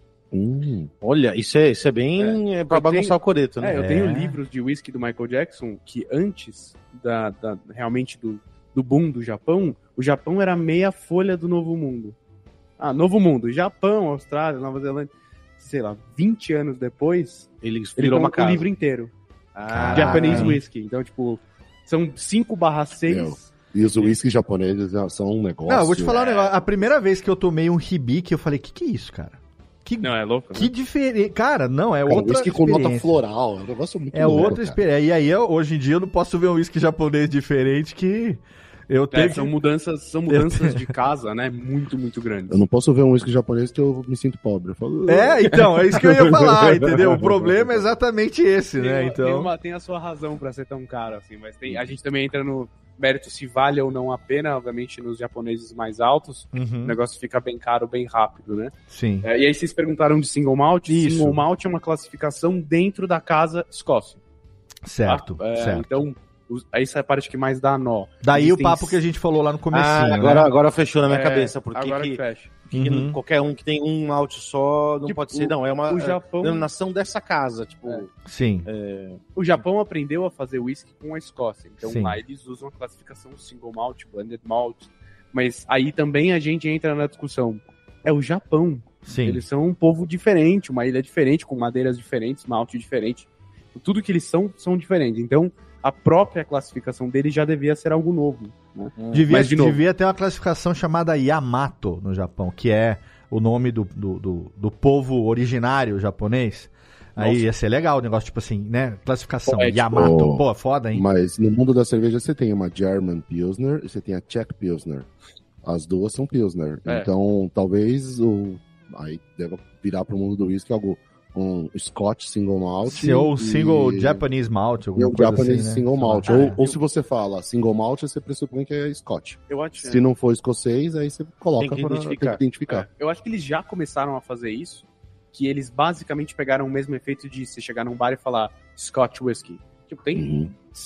Olha, isso é bem pra bagunçar o coreto, né? Eu tenho livros de whisky do Michael Jackson que antes realmente do boom do Japão, o Japão era meia folha do Novo Mundo. Novo Mundo, Japão, Austrália, Nova Zelândia, sei lá, 20 anos depois, Ele ele virou uma colocou o casa. livro inteiro. Ah, Japanese Whisky. Então, tipo, são 5/6. Meu. E os whiskies japoneses são um negócio. Não, eu vou te falar um negócio. A primeira vez que eu tomei um hibiki, eu falei, que é isso, cara? Não, é louco, Que né? diferente. Cara, não, é Cara, outra whisky com nota experiência. floral. É um negócio muito É louco, outra cara. experiência. E aí, hoje em dia, eu não posso ver um whisky japonês diferente que eu tenho São que... mudanças de casa, né? Muito, muito grandes. Eu não posso ver um whisky japonês que eu me sinto pobre. Eu falo, Então, é isso que eu ia falar, entendeu? O problema é exatamente esse, né? Então... Tem a sua razão pra ser tão caro, assim, mas a gente também entra no mérito se vale ou não a pena, obviamente nos japoneses mais altos, o negócio fica bem caro, bem rápido, né? Sim. E aí vocês perguntaram de single malt. Isso. Single malt é uma classificação dentro da casa Escócia. Certo, tá? certo. Então, essa é a parte que mais dá nó. Daí Existem o papo que a gente falou lá no comecinho, agora fechou na minha cabeça. Porque agora fecha. qualquer um que tem um malte só não Tipo, pode ser, não. É uma o Japão- denominação dessa casa. Tipo, Sim. O Japão aprendeu a fazer whisky com a Escócia. Então Sim. lá eles usam a classificação single malt, blended malt. Mas aí também a gente entra na discussão. É o Japão. Sim. Eles são um povo diferente, uma ilha diferente, com madeiras diferentes, malte diferente. Tudo que eles são diferentes. Então, a própria classificação deles já devia ser algo novo. Né? Mas, de novo, Devia ter uma classificação chamada Yamato no Japão, que é o nome do povo originário japonês. Aí Nossa. ia ser legal o negócio, tipo assim, né? Classificação, Poético. Yamato. Pô, foda, hein? Mas no mundo da cerveja você tem uma German Pilsner e você tem a Czech Pilsner. As duas são Pilsner. Então, talvez aí deva virar pro mundo do whisky algo um Scotch Single Malt. Ou single Japanese Malt, E alguma um coisa Japanese assim, né? Single Malt. Ou se você fala Single Malt, você pressupõe que é Scotch. eu acho, Se não for escocês, aí você coloca Tem que pra identificar. identificar. eu acho que eles já começaram a fazer isso, que eles basicamente pegaram o mesmo efeito de você chegar num bar e falar Scotch Whisky. Tipo, tem Uhum.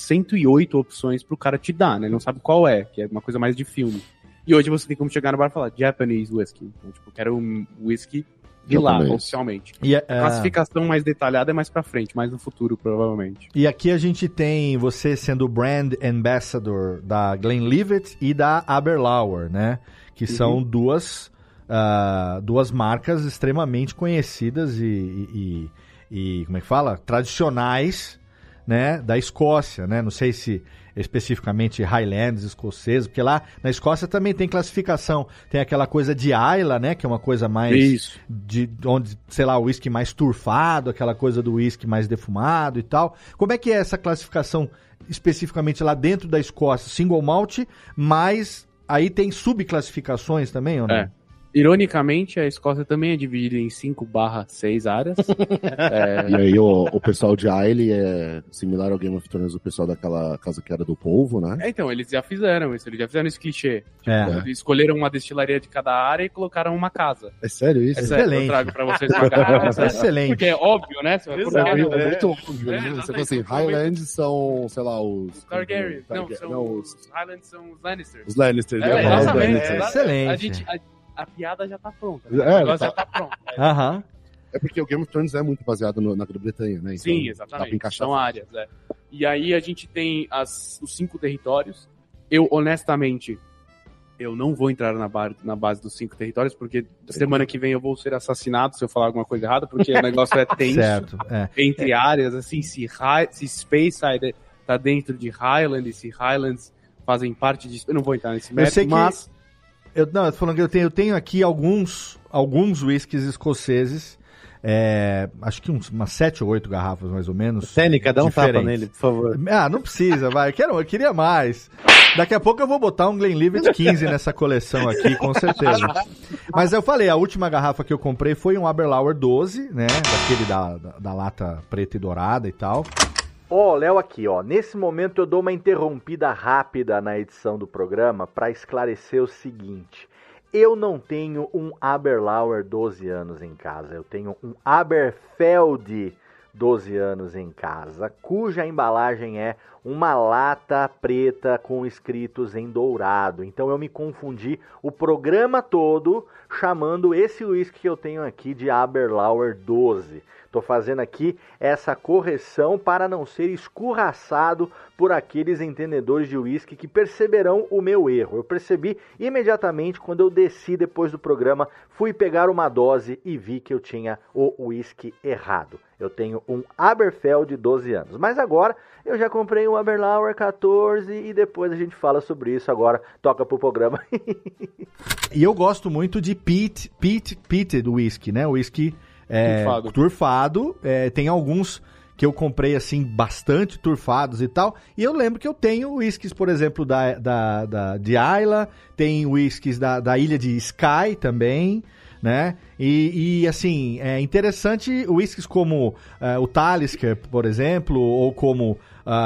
108 opções pro cara te dar, né? Ele não sabe qual é, que é uma coisa mais de filme. E hoje você tem como chegar no bar e falar Japanese Whisky. Então, tipo, eu quero um whisky de lá, Japonês. oficialmente. E, A classificação mais detalhada é mais pra frente, mais no futuro, provavelmente. e aqui a gente tem você sendo Brand Ambassador da Glenlivet e da Aberlour, né? Que são duas marcas extremamente conhecidas e como é que fala? Tradicionais, né? Da Escócia, né? Não sei se especificamente Highlands escoceses, porque lá na Escócia também tem classificação, tem aquela coisa de Islay, né, que é uma coisa mais de onde, sei lá, o whisky mais turfado, aquela coisa do whisky mais defumado e tal. Como é que é essa classificação especificamente lá dentro da Escócia? Single malt, mas aí tem subclassificações também, ou não? Ironicamente, a Escócia também é dividida em 5/6 áreas. E aí o pessoal de Islay é similar ao Game of Thrones, o pessoal daquela casa que era do polvo, né? Então, eles já fizeram esse clichê. Eles escolheram uma destilaria de cada área e colocaram uma casa. É sério isso? Excelente. Eu trago pra vocês uma casa. Excelente. Porque é óbvio, né? Você vai É muito óbvio, né? Você fala assim, Highlands são, sei lá, os Targaryen. Os Highlands são os Lannisters. Os Lannisters. Exatamente. A piada já tá pronta. O negócio já tá pronto. Aham. É porque o Game of Thrones é muito baseado na Grã-Bretanha, né? Então, sim, exatamente. São áreas, E aí a gente tem os 5 territórios. Eu, honestamente, eu não vou entrar na base dos 5 territórios, porque semana que vem eu vou ser assassinado se eu falar alguma coisa errada, porque o negócio é tenso. Certo. Entre áreas, assim, se Speyside tá dentro de Highlands, se Highlands fazem parte disso. Eu não vou entrar nesse mérito, mas... Eu tô falando que eu tenho aqui alguns whiskies escoceses, acho que umas 7 ou 8 garrafas, mais ou menos. Técnica, dá um tapa nele, por favor. Não precisa, vai. Eu queria mais. Daqui a pouco eu vou botar um Glenlivet 15 nessa coleção aqui, com certeza. Mas eu falei, a última garrafa que eu comprei foi um Aberlour 12, né, daquele da lata preta e dourada e tal. Léo aqui, nesse momento eu dou uma interrompida rápida na edição do programa para esclarecer o seguinte: eu não tenho um Aberlour 12 anos em casa, eu tenho um Aberfeld 12 anos em casa, cuja embalagem é uma lata preta com escritos em dourado. Então eu me confundi o programa todo chamando esse whisky que eu tenho aqui de Aberlour 12. Estou fazendo aqui essa correção para não ser escorraçado por aqueles entendedores de uísque que perceberão o meu erro. Eu percebi imediatamente quando eu desci depois do programa, fui pegar uma dose e vi que eu tinha o uísque errado. Eu tenho um Aberfeld de 12 anos, mas agora eu já comprei um Aberlour 14 e depois a gente fala sobre isso. Agora toca pro programa. E eu gosto muito de peated whisky, né? Whisky turfado. Tem alguns que eu comprei assim bastante turfados e tal, e eu lembro que eu tenho whiskies, por exemplo, de Islay, tem whiskies da ilha de Skye também, né, e assim, é interessante whiskies como o Talisker, por exemplo, ou como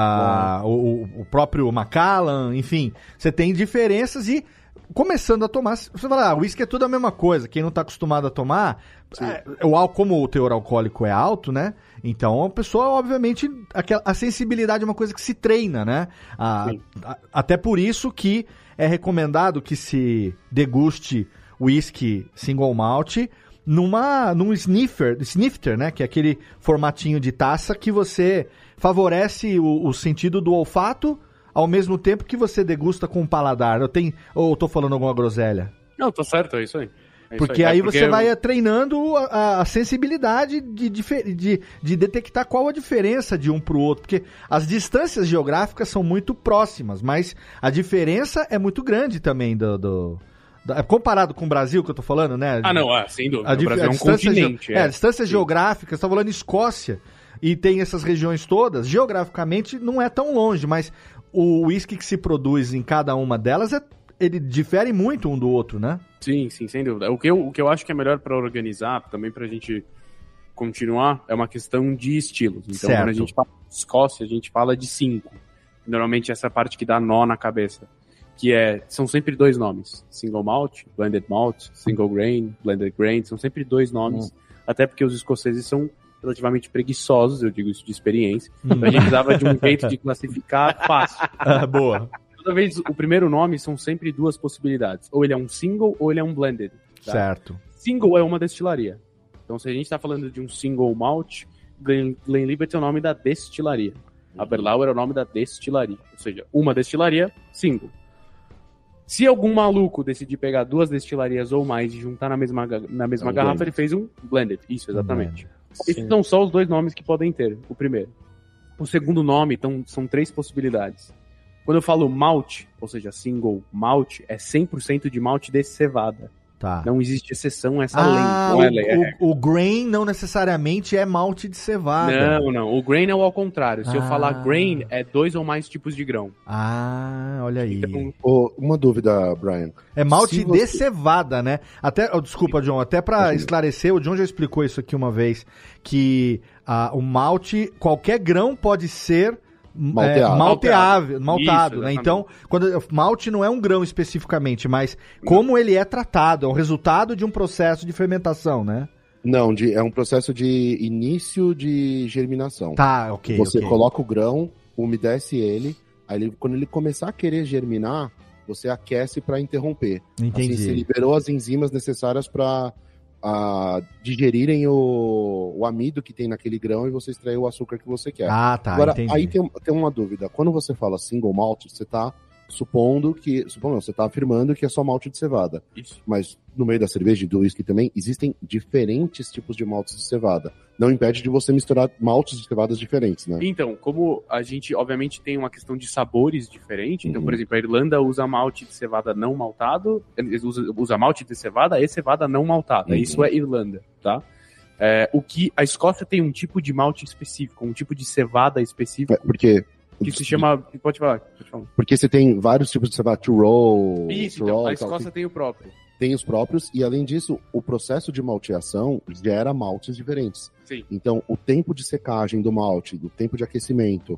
o próprio Macallan, enfim, você tem diferenças e começando a tomar, você fala, whisky é tudo a mesma coisa, quem não tá acostumado a tomar, como o teor alcoólico é alto, né, então a pessoa, obviamente, a sensibilidade é uma coisa que se treina, né, até por isso que é recomendado que se deguste whisky single malt num snifter, né, que é aquele formatinho de taça que você favorece o sentido do olfato, ao mesmo tempo que você degusta com o paladar. Ou eu tô falando alguma groselha? Não, tô certo, é isso aí. Porque aí você vai treinando a sensibilidade de detectar qual a diferença de um pro outro. Porque as distâncias geográficas são muito próximas, mas a diferença é muito grande também comparado com o Brasil, que eu tô falando, né? Sem dúvida. O Brasil é um continente. Distâncias geográficas, você tá falando Escócia, e tem essas regiões todas, geograficamente não é tão longe, mas o whisky que se produz em cada uma delas, ele difere muito um do outro, né? Sim, sem dúvida. O que eu acho que é melhor para organizar, também pra gente continuar, é uma questão de estilos. Então, quando a gente fala de Escócia, a gente fala de 5. Normalmente essa é a parte que dá nó na cabeça. São sempre 2 nomes. Single malt, blended malt, single grain, blended grain. São sempre 2 nomes. Até porque os escoceses são relativamente preguiçosos, eu digo isso de experiência. Então a gente precisava de um jeito de classificar fácil. Boa. Toda vez, o primeiro nome são sempre 2 possibilidades. Ou ele é um single, ou ele é um blended. Tá? Certo. Single é uma destilaria. Então se a gente está falando de um single malt, Glenlivet é o nome da destilaria. Aberlour é o nome da destilaria. Ou seja, uma destilaria, single. Se algum maluco decidir pegar 2 destilarias ou mais e juntar na mesma garrafa, ele fez um blended. Isso, exatamente. Esses são só os 2 nomes que podem ter, o primeiro. O segundo nome, então, são 3 possibilidades. Quando eu falo malte, ou seja, single malt, é 100% de malte de cevada. Tá. Não existe exceção a essa lei. Não é lei. O grain não necessariamente é malte de cevada. Não. O grain é o ao contrário. Se eu falar grain, é 2 ou mais tipos de grão. Olha aí. Então, Uma dúvida, Brian. É malte de cevada, né? Desculpa, John, até pra esclarecer, o John já explicou isso aqui uma vez, que o malte, qualquer grão pode ser maltado, isso, né? Então, malte não é um grão especificamente, mas como ele é tratado, é o resultado de um processo de fermentação, né? Não, é um processo de início de germinação. Tá, ok. Você coloca o grão, umedece ele, aí quando ele começar a querer germinar, você aquece para interromper. Entendi. Assim, você liberou as enzimas necessárias para digerirem o amido que tem naquele grão e você extrair o açúcar que você quer. Tá, Agora, entendi. aí tem uma dúvida. Quando você fala single malt, você está você está afirmando que é só malte de cevada. Isso. Mas no meio da cerveja e do whisky também, existem diferentes tipos de maltes de cevada. Não impede de você misturar maltes de cevadas diferentes, né? Então, como a gente, obviamente, tem uma questão de sabores diferentes, então, por exemplo, a Irlanda usa malte de cevada não maltado, usa malte de cevada e cevada não maltada. Isso é Irlanda, tá? A Escócia tem um tipo de malte específico, um tipo de cevada específico. Que se chama... Pode falar. Porque você tem vários tipos de cevada, to-roll... Isso, então, a Escócia tem o próprio. Tem os próprios, e além disso, o processo de malteação gera maltes diferentes. Sim. Então, o tempo de secagem do malte, o tempo de aquecimento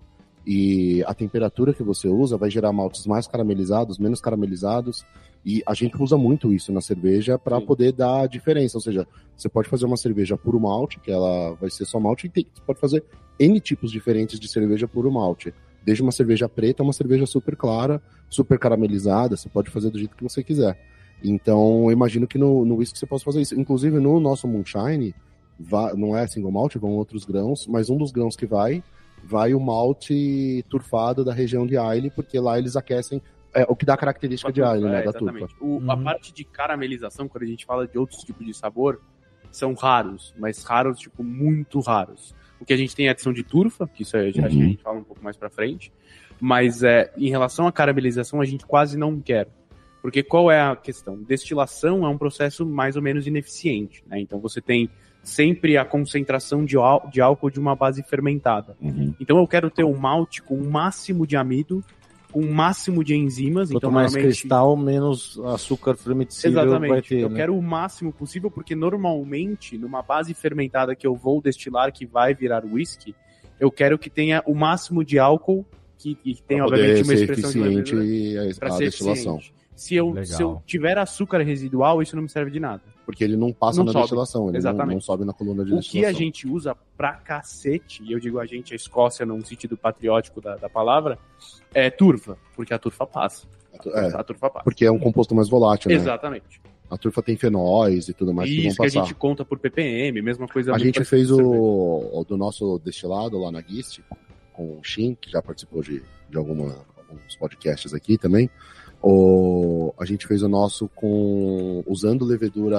e a temperatura que você usa vai gerar maltes mais caramelizados, menos caramelizados, e a gente usa muito isso na cerveja para poder dar diferença. Ou seja, você pode fazer uma cerveja puro malte, que ela vai ser só malte, e você pode fazer N tipos diferentes de cerveja puro malte. Desde uma cerveja preta a uma cerveja super clara, super caramelizada, você pode fazer do jeito que você quiser. Então, eu imagino que no whisky você possa fazer isso. Inclusive, no nosso moonshine, não é single malt, vão outros grãos, mas um dos grãos que vai o malte turfado da região de Islay, porque lá eles aquecem, o que dá característica de Islay, né, da turfa. A parte de caramelização, quando a gente fala de outros tipos de sabor, são raros, mas raros, tipo, muito raros. O que a gente tem é a adição de turfa, que isso acho que a gente fala um pouco mais pra frente, mas em relação à caramelização, a gente quase não quer. Porque qual é a questão? Destilação é um processo mais ou menos ineficiente, né? Então você tem sempre a concentração de álcool de uma base fermentada. Então eu quero ter um malte com o máximo de amido, com o máximo de enzimas. Quanto então, mais cristal, menos açúcar fermentível vai ter. Eu quero o máximo possível, porque normalmente, numa base fermentada que eu vou destilar, que vai virar whisky, eu quero que tenha o máximo de álcool, que tenha, obviamente, uma expressão eficiente de a destilação. Se eu tiver açúcar residual, isso não me serve de nada. Porque ele não passa na destilação, ele Exatamente. não sobe na coluna de destilação. O que a gente usa pra cacete, e eu digo a gente, a Escócia, num sentido patriótico da palavra, é turfa, porque a turfa passa. A turfa passa. Porque é um composto mais volátil, né? Exatamente. A turfa tem fenóis e tudo mais que vão passar. Isso que a gente conta por ppm, mesma coisa. A gente fez o do nosso destilado lá na GIST, com o Shin, que já participou de alguns podcasts aqui também. A gente fez o nosso usando levedura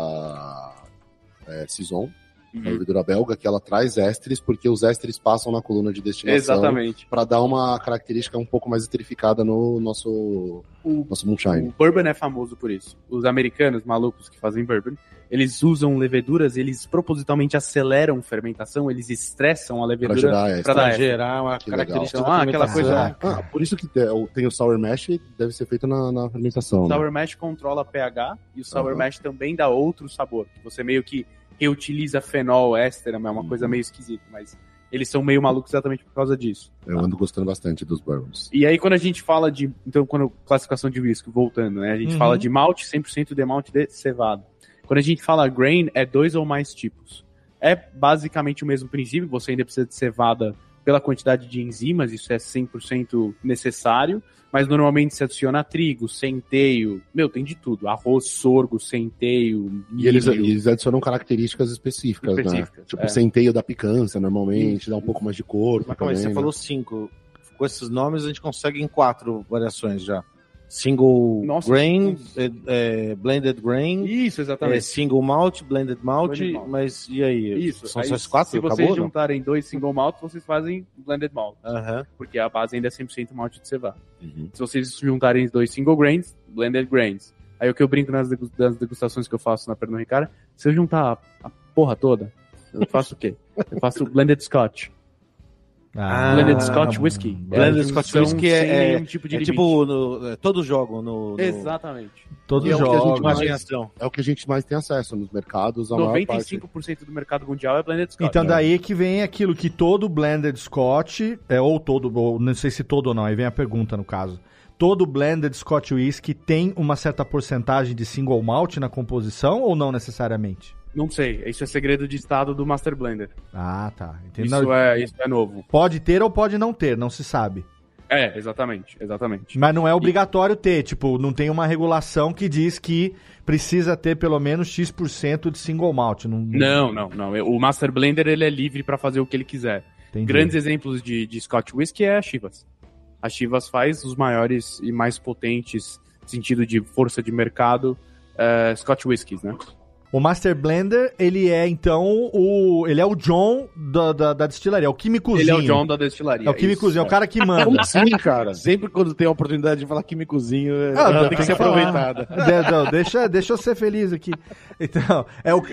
Saison, a levedura belga, que ela traz ésteres, porque os ésteres passam na coluna de destilação. Exatamente. Para dar uma característica um pouco mais estrificada no nosso moonshine. O bourbon é famoso por isso. Os americanos malucos que fazem bourbon, eles usam leveduras, eles propositalmente aceleram fermentação, eles estressam a levedura para gerar uma característica da aquela coisa. Por isso que tem o sour mash, deve ser feito na fermentação. O sour mash controla pH e o sour mash também dá outro sabor. Você meio que reutiliza fenol, éster, é uma coisa meio esquisita, mas eles são meio malucos exatamente por causa disso. Eu ando gostando bastante dos bourbons. E aí, quando a gente fala classificação de whisky, voltando, né? A gente fala de malte, 100% de malte de cevada. Quando a gente fala grain, é 2 ou mais tipos. É basicamente o mesmo princípio, você ainda precisa de cevada pela quantidade de enzimas, isso é 100% necessário, mas normalmente se adiciona trigo, centeio, tem de tudo, arroz, sorgo, centeio, milho. E eles adicionam características específicas, né? Tipo, centeio da picância, normalmente, dá um pouco mais de corpo. Mas você falou 5. Com esses nomes a gente consegue em 4 variações já. single Nossa, grain, blended grain, Isso, exatamente. single malt, blended malt, mas e aí? Isso. São Aí, só esses 4? se vocês juntarem 2 single malt, vocês fazem blended malt. Porque a base ainda é 100% malte de cevada. Se vocês juntarem 2 single grains, blended grains. Aí o que eu brinco nas degustações que eu faço na Pernod Ricard, se eu juntar a porra toda, eu faço o quê? Eu faço blended scotch. Blended Scotch Whisky. Blended Scotch Whisky tipo de todos jogam no... Exatamente. Todos é jogam. É o que a gente mais tem acesso nos mercados. 95% do mercado mundial é blended Scotch. Então daí que vem aquilo que todo blended Scotch, ou não sei se todo ou não, aí vem a pergunta no caso. Todo blended Scotch Whisky tem uma certa porcentagem de single malt na composição ou não necessariamente? Não sei, isso é segredo de estado do Master Blender. Ah, tá. Entendi. Isso é novo. Pode ter ou pode não ter, não se sabe. Exatamente. Mas não é obrigatório ter, tipo, não tem uma regulação que diz que precisa ter pelo menos X% de single malt. Não. O Master Blender, ele é livre para fazer o que ele quiser. Entendi. Grandes exemplos de Scotch Whisky é a Chivas. A Chivas faz os maiores e mais potentes, sentido de força de mercado, Scotch Whiskies, né? O Master Blender, ele é, então, ele é o John da destilaria, é o químicozinho. Ele é o John da destilaria. É o químicozinho, é o cara que manda. Como assim, cara? Sempre quando tem a oportunidade de falar químicozinho, tem que ser aproveitada. Deixa eu ser feliz aqui. Então,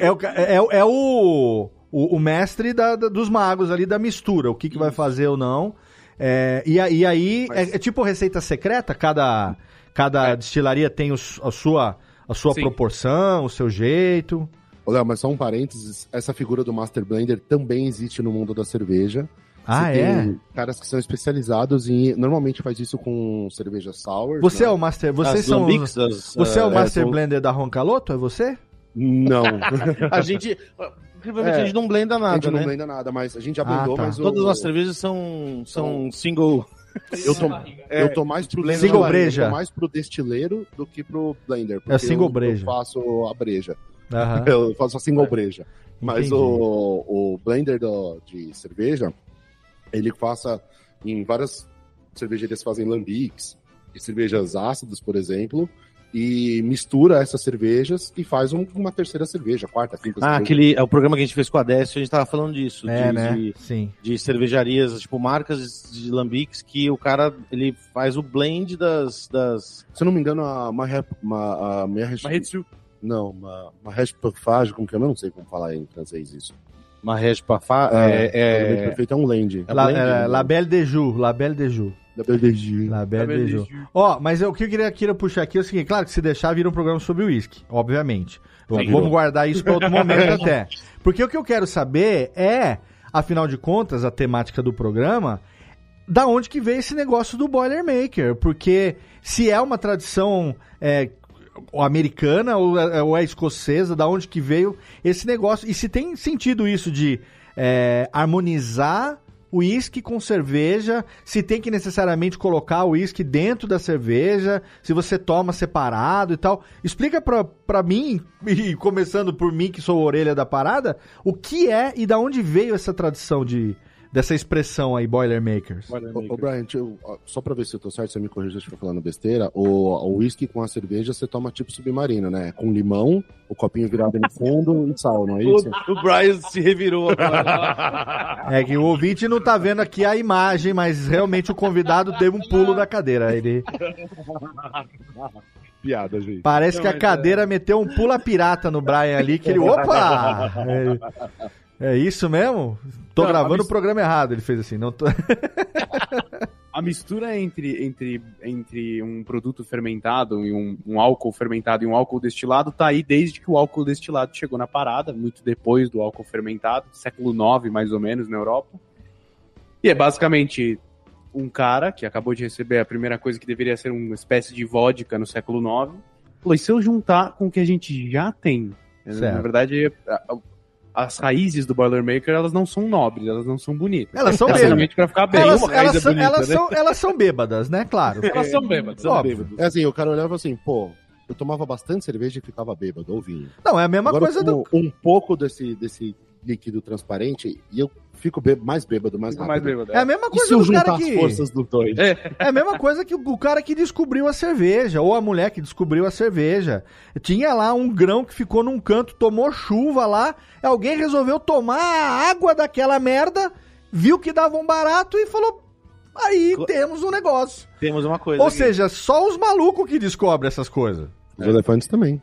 é o mestre dos magos ali, da mistura, o que vai fazer ou não. E aí, é tipo receita secreta? Cada destilaria tem a sua proporção, o seu jeito. Léo, mas só um parênteses, essa figura do Master Blender também existe no mundo da cerveja. Tem caras que são especializados e normalmente faz isso com cerveja sour. Você é o Master... Vocês são... Você é o Master Blender da Roncaloto? É você? Não. A gente não blenda nada, A gente não blenda nada, mas a gente já blendou, tá. mas... Todas as nossas cervejas são single... Eu tô mais pro single breja. Eu tô mais pro destileiro do que pro blender. É single breja. Eu faço a breja. Uhum. Eu faço a single breja. Mas Entendi. o blender de cerveja, ele passa em várias cervejarias, fazem lambiques, de cervejas ácidas, por exemplo, e mistura essas cervejas e faz uma terceira cerveja, quarta, quinta cerveja. É o programa que a gente fez com a Décio, a gente tava falando disso. Sim. De cervejarias, tipo, marcas de lambiques que o cara, ele faz o blend das... Se eu não me engano, a Mahetsu. Não, Mahesh Parfage, como que eu não sei como falar em francês isso. Mahesh Parfage, o perfeito é um blend. La Belle de Joux. Ó, mas o que eu queria puxar aqui é o seguinte, claro que se deixar vira um programa sobre uísque, obviamente. Vamos guardar isso para outro momento até. Porque o que eu quero saber é, afinal de contas, a temática do programa, da onde que veio esse negócio do Boilermaker? Porque se é uma tradição americana ou é escocesa, da onde que veio esse negócio? E se tem sentido isso de harmonizar o uísque com cerveja, se tem que necessariamente colocar o uísque dentro da cerveja, se você toma separado e tal. Explica pra mim, e começando por mim que sou a orelha da parada, o que é e da onde veio essa tradição dessa expressão aí, Boilermakers. Ô Brian, só pra ver se eu tô certo, você me corrija se eu estiver falando besteira, o whisky com a cerveja você toma tipo submarino, né? Com limão, o copinho virado no fundo e sal, não é isso? O Brian se revirou. É que o ouvinte não tá vendo aqui a imagem, mas realmente o convidado deu um pulo da cadeira. Ele... Piada, gente. Parece que a cadeira meteu um pula pirata no Brian ali, que ele... Opa! É isso mesmo? Tô gravando o programa errado, ele fez assim. Não tô... A mistura entre um produto fermentado e um álcool fermentado e um álcool destilado tá aí desde que o álcool destilado chegou na parada, muito depois do álcool fermentado, século IX mais ou menos na Europa. E é basicamente um cara que acabou de receber a primeira coisa que deveria ser uma espécie de vodka no século IX. Falou, e se eu juntar com o que a gente já tem? Certo. Na verdade, as raízes do Boilermaker, elas não são nobres, elas não são bonitas. Elas são bêbadas. Pra ficar bem. Elas são bêbadas, né? Claro. Elas são bêbadas. É assim, o cara olhava assim, pô, eu tomava bastante cerveja e ficava bêbado, ou vinho. Não, é a mesma Agora, coisa do... Um pouco desse líquido transparente e eu fico mais bêbado, mais rápido. É a mesma E coisa se eu do cara juntar que... as forças dos dois? É a mesma coisa que o cara que descobriu a cerveja, ou a mulher que descobriu a cerveja. Tinha lá um grão que ficou num canto, tomou chuva lá, alguém resolveu tomar a água daquela merda, viu que dava um barato e falou, aí temos um negócio. Temos uma coisa Ou aqui. seja, só os malucos que descobrem essas coisas. Os elefantes também.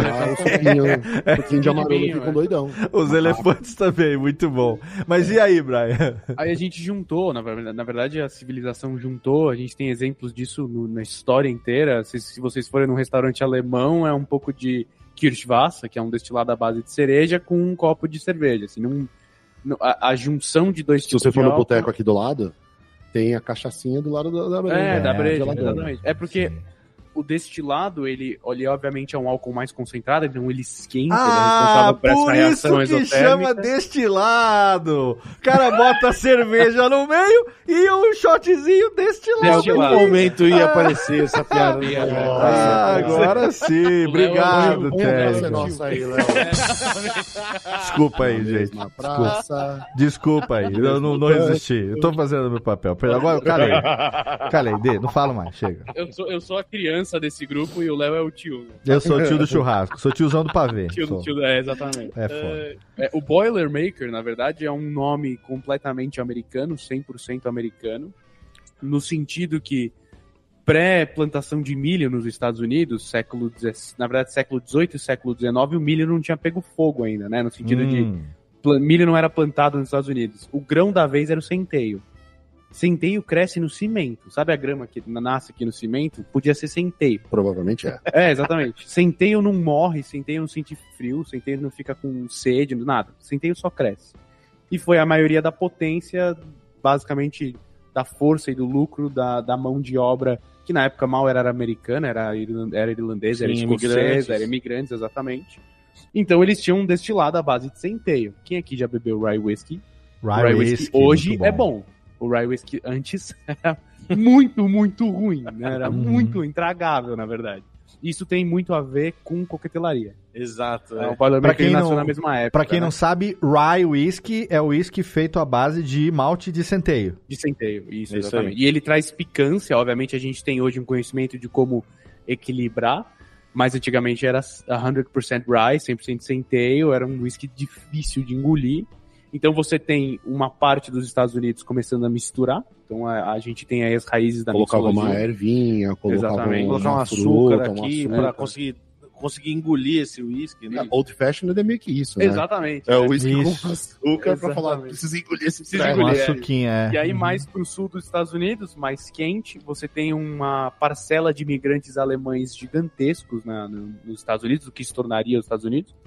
O suquinho de amarelo ficam doidão. Os elefantes também, muito bom. Mas e aí, Brian? Aí a gente juntou, na verdade a civilização juntou, a gente tem exemplos disso na história inteira. Se vocês forem num restaurante alemão, é um pouco de Kirschwasser, que é um destilado à base de cereja, com um copo de cerveja. Assim, a junção de dois tipos de Se você for no álcool... boteco aqui do lado, tem a cachaçinha do lado da breja. da breja, geladona. exatamente. É porque o destilado, ele obviamente é um álcool mais concentrado, então ele esquenta, ele é responsável por essa reação por isso que exotérmica. chama destilado. O cara bota a cerveja no meio e um shotzinho destilado. Em algum momento ia aparecer essa piada. Agora sim. Obrigado, Tércio. Nossa aí, Léo. Desculpa aí, gente. Na praça. Desculpa aí. Eu não resisti. Eu tô fazendo o meu papel. Agora, calei. Não falo mais. Chega. Eu sou a criança desse grupo e o Léo é o tio. Né? Eu sou o tio do churrasco. Sou tiozão do pavê. Exatamente. É foda. O Boilermaker, na verdade, é um nome completamente americano, 100% americano, no sentido que pré-plantação de milho nos Estados Unidos, século XVIII e século XIX, o milho não tinha pego fogo ainda, né? No sentido de milho não era plantado nos Estados Unidos. O grão da vez era o centeio. Centeio cresce no cimento. Sabe a grama que nasce aqui no cimento? Podia ser centeio. Provavelmente é. É, exatamente. Centeio não morre, centeio não sente frio, centeio não fica com sede, nada. Centeio só cresce. E foi a maioria da potência, basicamente, da força e do lucro da mão de obra, que na época mal era americana, era irlandesa, era escocesa, era imigrantes, exatamente. Então eles tinham um destilado à base de centeio. Quem aqui já bebeu Rye Whiskey? Rye Whiskey hoje é bom. O Rye Whiskey antes era muito, muito ruim, né? Era muito intragável, na verdade. Isso tem muito a ver com coquetelaria. Exato. O Boilermaker nasceu na mesma época. Pra quem não sabe, Rye Whiskey é o whisky feito à base de malte de centeio. De centeio, isso exatamente. E ele traz picância, obviamente a gente tem hoje um conhecimento de como equilibrar, mas antigamente era 100% Rye, 100% centeio, era um whisky difícil de engolir. Então você tem uma parte dos Estados Unidos começando a misturar. Então a gente tem aí as raízes da colocava mixologia. uma ervinha, colocava um açúcar aqui para conseguir engolir esse whisky, né? Old Fashioned é meio que isso, né? Exatamente. É o whisky com açúcar pra falar, precisa engolir esse Um açuquinha, E aí mais pro sul dos Estados Unidos, mais quente, você tem uma parcela de imigrantes alemães gigantescos nos Estados Unidos, o que se tornaria os Estados Unidos.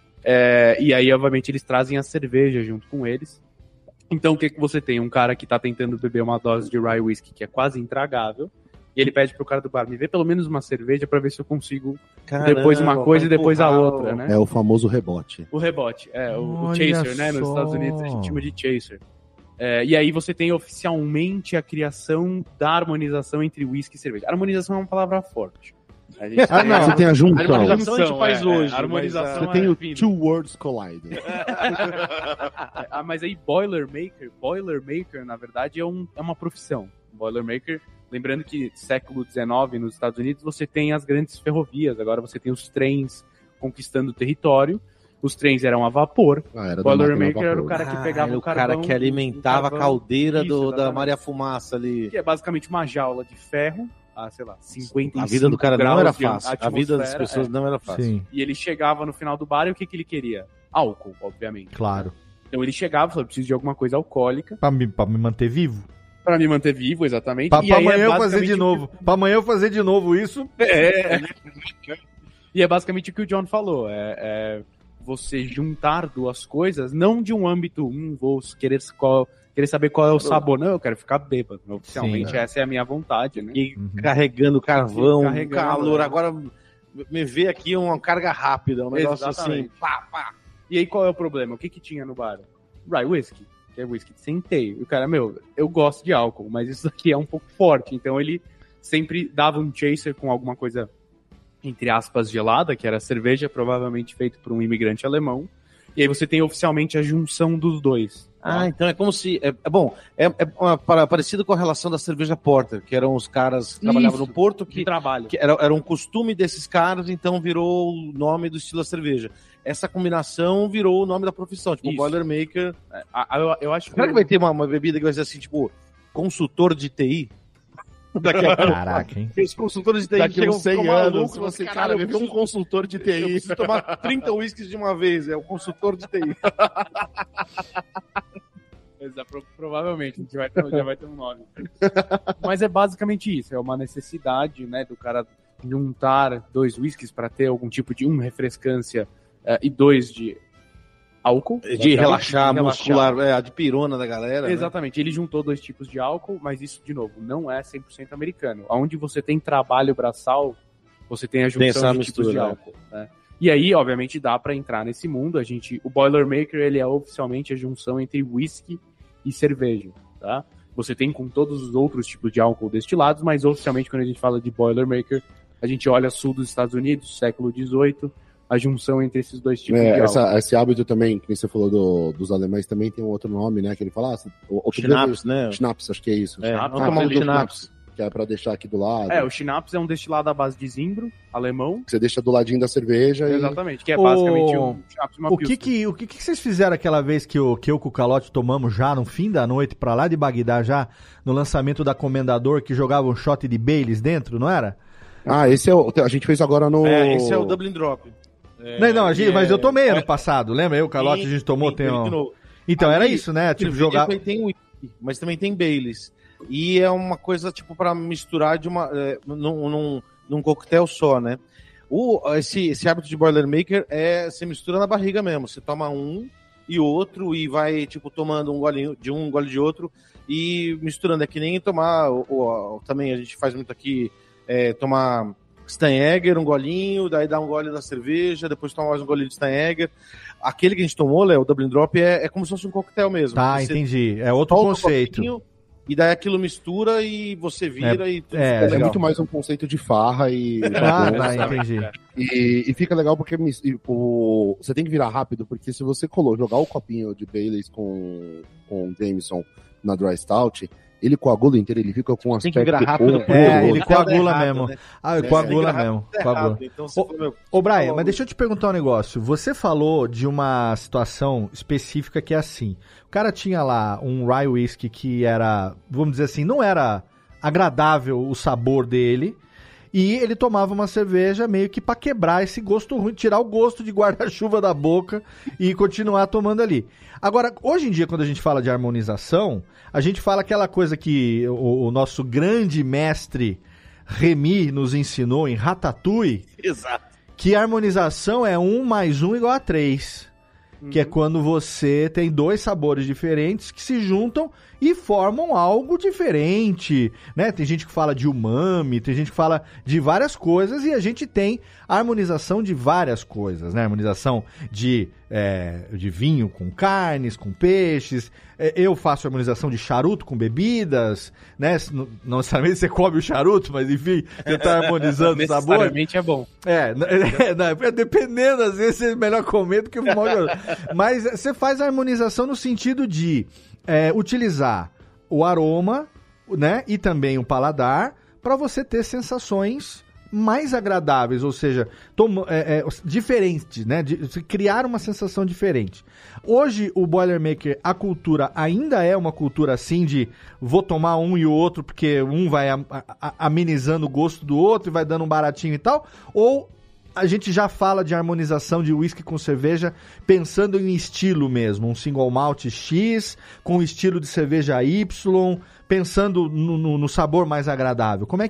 E aí, obviamente, eles trazem a cerveja junto com eles. Então, o que você tem? Um cara que tá tentando beber uma dose de Rye Whiskey que é quase intragável, e ele pede pro cara do bar, me vê pelo menos uma cerveja pra ver se eu consigo depois uma coisa e depois a outra, né? É o famoso rebote. O rebote, o chaser, né? Nos Estados Unidos a gente chama de chaser. E aí você tem oficialmente a criação da harmonização entre whisky e cerveja. Harmonização é uma palavra forte. Você tem a junção. A harmonização a gente faz hoje. Harmonização você tem o two words colliding. Mas aí Boilermaker, na verdade, é uma profissão. Boilermaker, lembrando que século XIX nos Estados Unidos você tem as grandes ferrovias, agora você tem os trens conquistando o território. Os trens eram a vapor. Boilermaker era o cara que pegava o carvão. O cara que alimentava a caldeira da Maria Fumaça ali. Que é basicamente uma jaula de ferro, sei lá, 55 A vida do cara não era graus fácil. A vida das pessoas não era fácil. Sim, E ele chegava no final do bar e o que ele queria? Álcool, obviamente. claro. Então ele chegava e falou, preciso de alguma coisa alcoólica. Pra me manter vivo. Pra me manter vivo, exatamente. Pra E aí amanhã eu fazer basicamente de novo. Pra amanhã eu fazer de novo isso. E é basicamente o que o John falou. Você juntar duas coisas, não de um âmbito, vou querer saber qual é o sabor. Não, eu quero ficar bêbado. Oficialmente, essa é a minha vontade, né? E carregando carvão, Carregando, calor. Agora me vê aqui uma carga rápida, um negócio Exatamente. assim. Pá, pá. E aí qual é o problema? O que tinha no bar? Rye Whiskey, que é whisky de centeio. E o cara, eu gosto de álcool, mas isso aqui é um pouco forte. Então ele sempre dava um chaser com alguma coisa, entre aspas, gelada, que era cerveja, provavelmente feito por um imigrante alemão. E aí você tem oficialmente a junção dos dois. Ah, então é como se... parecido com a relação da cerveja Porter, que eram os caras que trabalhavam no Porto, de trabalho. que era um costume desses caras, então virou o nome do estilo da cerveja. Essa combinação virou o nome da profissão, tipo Boilermaker. Eu acho que... Será que vai ter uma bebida que vai ser assim, tipo, consultor de TI? Daqui a pouco. Caraca, hein? Os consultores de TI Daqui a uns 100 anos, você, cara, vai ver um consultor de eu TI. preciso tomar 30 uísques de uma vez, é o consultor de TI. Provavelmente, a gente já vai ter um nome. Mas é basicamente isso, é uma necessidade, né, do cara juntar 2 whiskies para ter algum tipo de refrescância e 2 de álcool. De relaxar muscular, a de pirona da galera. Exatamente, né? Ele juntou 2 tipos de álcool, mas isso, de novo, não é 100% americano. Onde você tem trabalho braçal, você tem a junção de tipos de álcool, né? E aí, obviamente, dá para entrar nesse mundo. O Boilermaker, ele é oficialmente a junção entre whisky e cerveja, tá? Você tem com todos os outros tipos de álcool destilados, mas oficialmente, quando a gente fala de Boilermaker, a gente olha sul dos Estados Unidos, século XVIII, a junção entre esses 2 tipos de álcool. Esse hábito também, que você falou dos alemães, também tem um outro nome, né? Que ele fala... Schnapps, né? Schnapps, acho que é isso. Schnapps. Que é pra deixar aqui do lado. O Schnapps é um destilado à base de zimbro, alemão. Que você deixa do ladinho da cerveja. Exatamente, que é basicamente um Schnapps e uma Pilsner. O que vocês fizeram aquela vez que eu com o Calote tomamos já no fim da noite, pra lá de Bagdá já, no lançamento da Comendador, que jogava um shot de Baileys dentro, não era? Esse é a gente fez agora no... esse é o Dublin Drop. Mas eu tomei ano passado, lembra? Eu, o Calote, a gente tomou... Então, era isso, né? Tipo, jogar... Tem whisky, mas também tem Baileys. E é uma coisa, tipo, pra misturar num coquetel só, né? Esse hábito de Boilermaker você mistura na barriga mesmo. Você toma um e outro e vai, tipo, tomando um gole de um, um gole de outro e misturando. É que nem tomar... também a gente faz muito aqui, tomar Steinegger, um golinho, daí dá um gole da cerveja, depois toma mais um golinho de Steinegger. Aquele que a gente tomou, Léo, o Dublin Drop, é como se fosse um coquetel mesmo. Tá, entendi. É outro conceito. E daí aquilo mistura e você vira e tudo é muito mais um conceito de farra e... entendi. E fica legal porque você tem que virar rápido, porque se você jogar o copinho de Baileys com Jameson na Dry Stout, ele coagula inteiro, ele fica com um aspecto... Tem que virar rápido. Ele coagula mesmo. Né? Coagula mesmo. Coagula. Então, Brian, mas deixa eu te perguntar um negócio. Você falou de uma situação específica que é assim. O cara tinha lá um rye whisky que era, vamos dizer assim, não era agradável o sabor dele, e ele tomava uma cerveja meio que pra quebrar esse gosto ruim, tirar o gosto de guarda-chuva da boca e continuar tomando ali. Agora, hoje em dia, quando a gente fala de harmonização, a gente fala aquela coisa que o nosso grande mestre Remy nos ensinou em Ratatouille. Exato. Que a harmonização é 1 mais 1 igual a 3. Que é quando você tem 2 sabores diferentes que se juntam e formam algo diferente, né? Tem gente que fala de umami, tem gente que fala de várias coisas e a gente tem a harmonização de várias coisas, né? Harmonização de vinho com carnes, com peixes. Eu faço harmonização de charuto com bebidas, né? Não necessariamente você come o charuto, mas enfim, você tá harmonizando o sabor. Necessariamente é bom. Dependendo, às vezes é melhor comer do que fumar o charuto. Mas você faz a harmonização no sentido de utilizar o aroma, né, e também o paladar para você ter sensações mais agradáveis, ou seja, diferentes, né, criar uma sensação diferente. Hoje o Boilermaker, a cultura ainda é uma cultura assim de vou tomar um e o outro porque um vai amenizando o gosto do outro e vai dando um baratinho e tal, ou a gente já fala de harmonização de whisky com cerveja pensando em estilo mesmo, um single malt X com estilo de cerveja Y, pensando no sabor mais agradável. Como é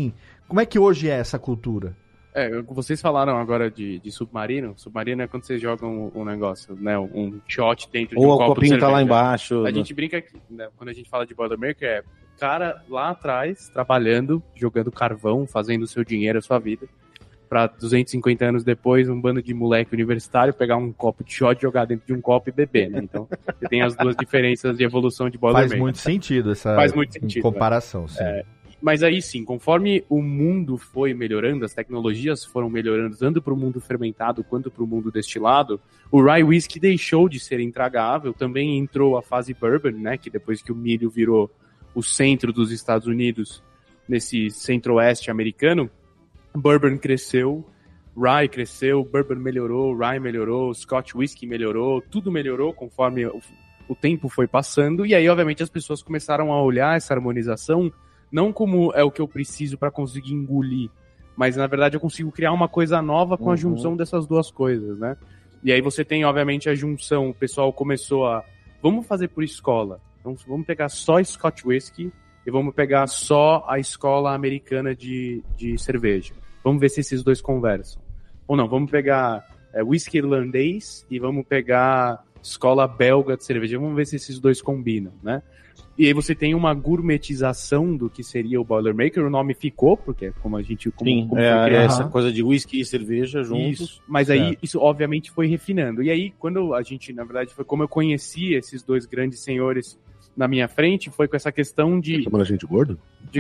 que hoje é essa cultura? Vocês falaram agora de submarino. Submarino é quando você joga um negócio, né? Um shot dentro de um copo de cerveja. Ou o copinho tá lá embaixo. A gente brinca que, né, quando a gente fala de Boilermaker, cara lá atrás, trabalhando, jogando carvão, fazendo o seu dinheiro, a sua vida. Pra 250 anos depois, um bando de moleque universitário pegar um copo de shot, jogar dentro de um copo e beber, né? Então, você tem as duas diferenças de evolução de Boilermaker. Faz muito sentido essa comparação, sim. Mas aí sim, conforme o mundo foi melhorando, as tecnologias foram melhorando, tanto para o mundo fermentado quanto para o mundo destilado, o rye whisky deixou de ser intragável, também entrou a fase bourbon, né, que depois que o milho virou o centro dos Estados Unidos, nesse centro-oeste americano, bourbon cresceu, rye cresceu, bourbon melhorou, rye melhorou, Scotch whisky melhorou, tudo melhorou conforme o tempo foi passando, e aí obviamente as pessoas começaram a olhar essa harmonização não como é o que eu preciso para conseguir engolir, mas na verdade eu consigo criar uma coisa nova com a junção dessas duas coisas, né? E aí você tem, obviamente, a junção, o pessoal começou a... Vamos fazer por escola. Então, vamos pegar só Scotch Whisky e vamos pegar só a escola americana de cerveja. Vamos ver se esses dois conversam. Ou não, vamos pegar whisky irlandês e vamos pegar escola belga de cerveja. Vamos ver se esses dois combinam, né? E aí você tem uma gourmetização do que seria o Boilermaker, o nome ficou, porque como a gente... Como essa coisa de whisky e cerveja juntos. Isso, mas aí isso obviamente foi refinando. E aí quando a gente, na verdade, foi como eu conheci esses dois grandes senhores na minha frente, foi com essa questão de... Chamando a gente gordo?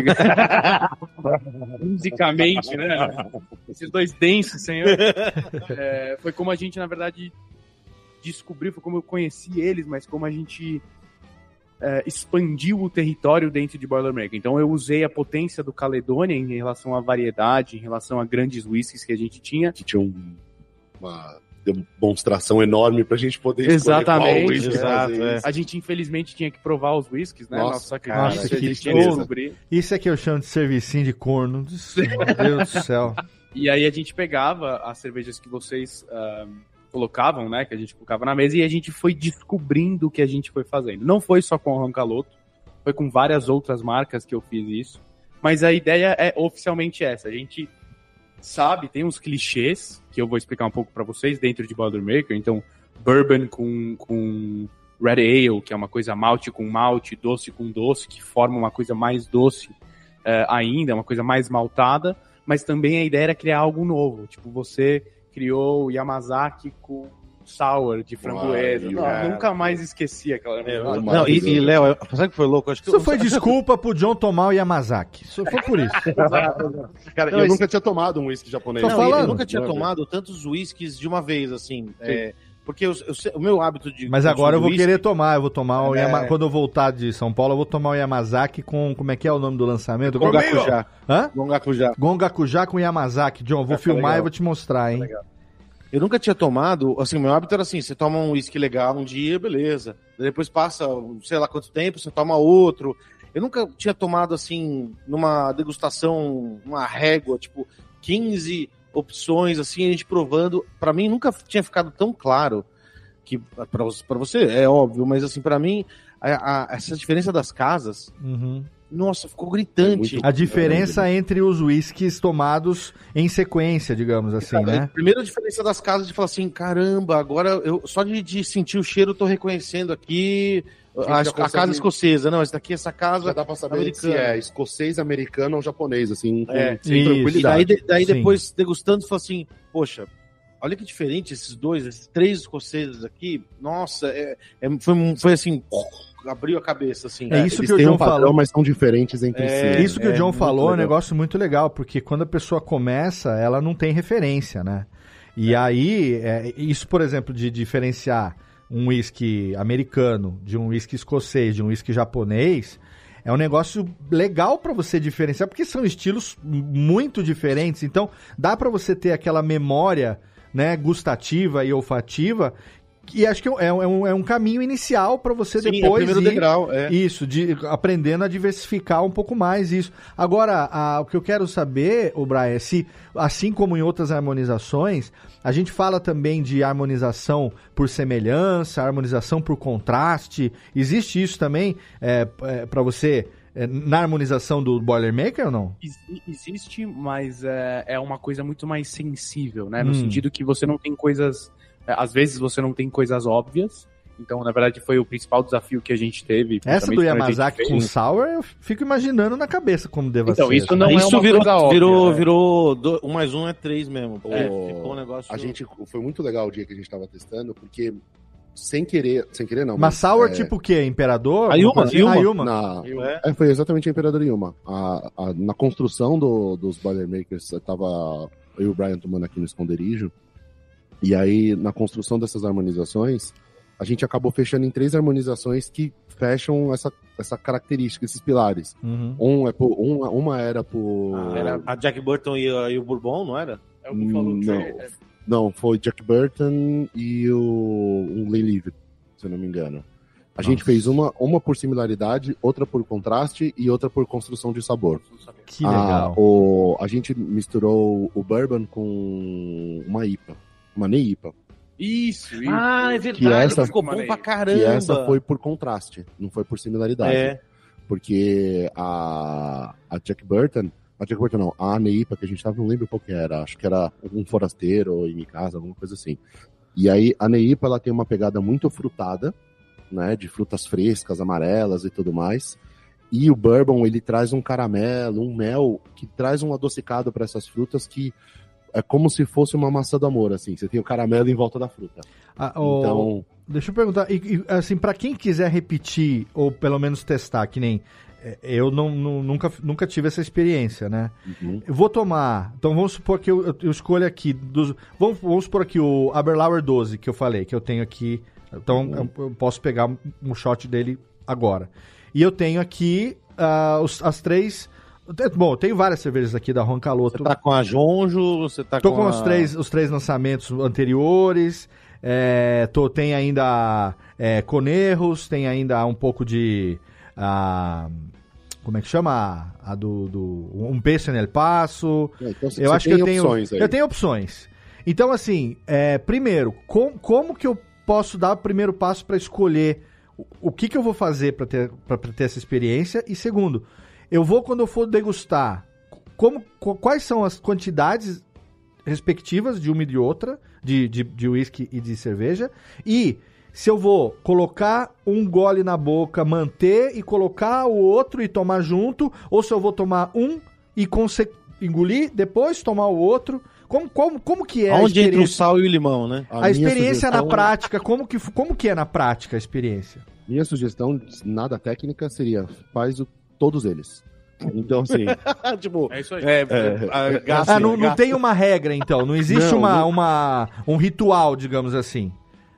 Musicamente, né? Esses dois densos senhores. Foi como a gente, na verdade, descobriu, foi como eu conheci eles, mas como a gente... expandiu o território dentro de Boilermaker. Então eu usei a potência do Caledonia em relação à variedade, em relação a grandes whiskies que a gente tinha. Que tinha uma demonstração enorme pra gente poder escolher qual whisky fazer. A gente infelizmente tinha que provar os whiskies, né? Nossa, Nossa, que descobrir. Isso é que eu chamo de servicinho de corno. Meu Deus do céu. E aí a gente pegava as cervejas que vocês... colocavam, né, que a gente colocava na mesa, e a gente foi descobrindo o que a gente foi fazendo. Não foi só com o Rancaloto, foi com várias outras marcas que eu fiz isso, mas a ideia é oficialmente essa. A gente sabe, tem uns clichês, que eu vou explicar um pouco para vocês, dentro de Boilermaker. Então, bourbon com red ale, que é uma coisa malte com malte, doce com doce, que forma uma coisa mais doce ainda, uma coisa mais maltada, mas também a ideia era criar algo novo, tipo, você criou o Yamazaki com sour de framboesa. Nunca mais esqueci aquela... E Léo, sabe o que foi louco? Acho que isso foi desculpa pro John tomar o Yamazaki. Isso foi por isso. Cara, eu nunca tinha tomado um whisky japonês. Eu nunca tinha tomado tantos whiskies de uma vez, assim. Porque o meu hábito de... Mas agora eu vou querer tomar. Eu vou tomar o quando eu voltar de São Paulo, eu vou tomar o Yamazaki com... Como é que é o nome do lançamento? Gongakujá. Hã? Gongakujá. Gongakujá com Yamazaki. John, vou filmar legal. E vou te mostrar, hein? Legal. Eu nunca tinha tomado, assim, meu hábito era assim, você toma um whisky legal um dia, beleza. Depois passa, sei lá quanto tempo, você toma outro. Eu nunca tinha tomado, assim, numa degustação, uma régua, tipo, 15 opções, assim, a gente provando. Pra mim, nunca tinha ficado tão claro, que pra você é óbvio, mas assim, pra mim, essa diferença das casas... Nossa, ficou gritante. A diferença entre os whiskies tomados em sequência, digamos assim, né? A primeira diferença das casas de falar assim, caramba, agora eu só de sentir o cheiro eu tô reconhecendo aqui a casa escocesa. Não, essa casa já dá pra saber americana. se é escocês, americano ou japonês, assim, sem tranquilidade. E daí depois, degustando, você fala assim, poxa, olha que diferente esses três escoceses aqui. Nossa, foi assim... abriu a cabeça, assim. É isso eles que o têm John um padrão, falou, mas são diferentes entre si. Isso que o John falou é um legal. negócio muito legal, porque quando a pessoa começa, ela não tem referência, né? E aí, isso, por exemplo, de diferenciar um whisky americano de um whisky escocês, de um whisky japonês, é um negócio legal para você diferenciar, porque são estilos muito diferentes, então dá para você ter aquela memória, né, gustativa e olfativa. E acho que é um caminho inicial para você depois é o primeiro degrau. Isso, aprendendo a diversificar um pouco mais isso. Agora, o que eu quero saber, Brian, é se, assim como em outras harmonizações, a gente fala também de harmonização por semelhança, harmonização por contraste. Existe isso também para você na harmonização do Boilermaker ou não? Existe, mas é uma coisa muito mais sensível, né? No sentido que você não tem coisas... Às vezes você não tem coisas óbvias, então na verdade foi o principal desafio que a gente teve. Essa do Yamazaki com sour, eu fico imaginando na cabeça como deva ser. Então, isso não isso é uma coisa óbvia. Virou 1 mais 1 é 3 mesmo. Ficou um negócio... Foi muito legal o dia que a gente tava testando, porque sem querer não. Mas Sour tipo o quê? Imperador? Ayuma. Foi exatamente a Imperador Yuma. Na construção dos Boilermakers, tava eu e o Brian tomando aqui no esconderijo, e aí na construção dessas harmonizações, a gente acabou fechando em 3 harmonizações que fecham essa característica, esses pilares. Uma era por... Era a Jack Burton e o Bourbon, não era? É o Buffalo Trace. Não, foi Jack Burton e um Lay Livre, se eu não me engano. A gente fez uma por similaridade, outra por contraste e outra por construção de sabor. Que legal. A gente misturou o Bourbon com uma IPA, uma Ney IPA. Isso. Ah, é verdade, ficou bom pra caramba. E essa foi por contraste, não foi por similaridade. Porque a Jack Burton não, a Neipa que a gente tava, não lembro qual que era, acho que era um forasteiro em casa, alguma coisa assim. E aí a Neipa, ela tem uma pegada muito frutada, né, de frutas frescas, amarelas e tudo mais. E o Bourbon, ele traz um caramelo, um mel, que traz um adocicado para essas frutas que é como se fosse uma maçã do amor, assim. Você tem o caramelo em volta da fruta. Então... Deixa eu perguntar, assim, pra quem quiser repetir, ou pelo menos testar, que nem... Eu nunca tive essa experiência, né? Eu vou tomar... Então vamos supor que eu escolho aqui... Vamos supor aqui o Aberlour 12, que eu falei, que eu tenho aqui... Então eu posso pegar um shot dele agora. E eu tenho aqui as 3... Bom, eu tenho várias cervejas aqui da Juan Caloto. Você tá com a Jonjo, você tá Tô com os 3 lançamentos anteriores. Tem ainda Conejos, tem ainda um pouco de... como é que chama? Um Peso en el Paso. Então, eu acho que eu tenho opções. Então, assim, primeiro, como que eu posso dar o primeiro passo para escolher o que eu vou fazer para ter essa experiência? E segundo, quando eu for degustar, quais são as quantidades respectivas de uma e de outra, de whisky e de cerveja, e se eu vou colocar um gole na boca, manter e colocar o outro e tomar junto, ou se eu vou tomar um e engolir, depois tomar o outro. Como que é Onde entra o sal e o limão, né? A experiência na prática, como que é na prática a experiência? Minha sugestão, nada técnica, seria todos eles. Então, assim... tipo, é isso aí. Não tem uma regra, então. Não existe um ritual, digamos assim.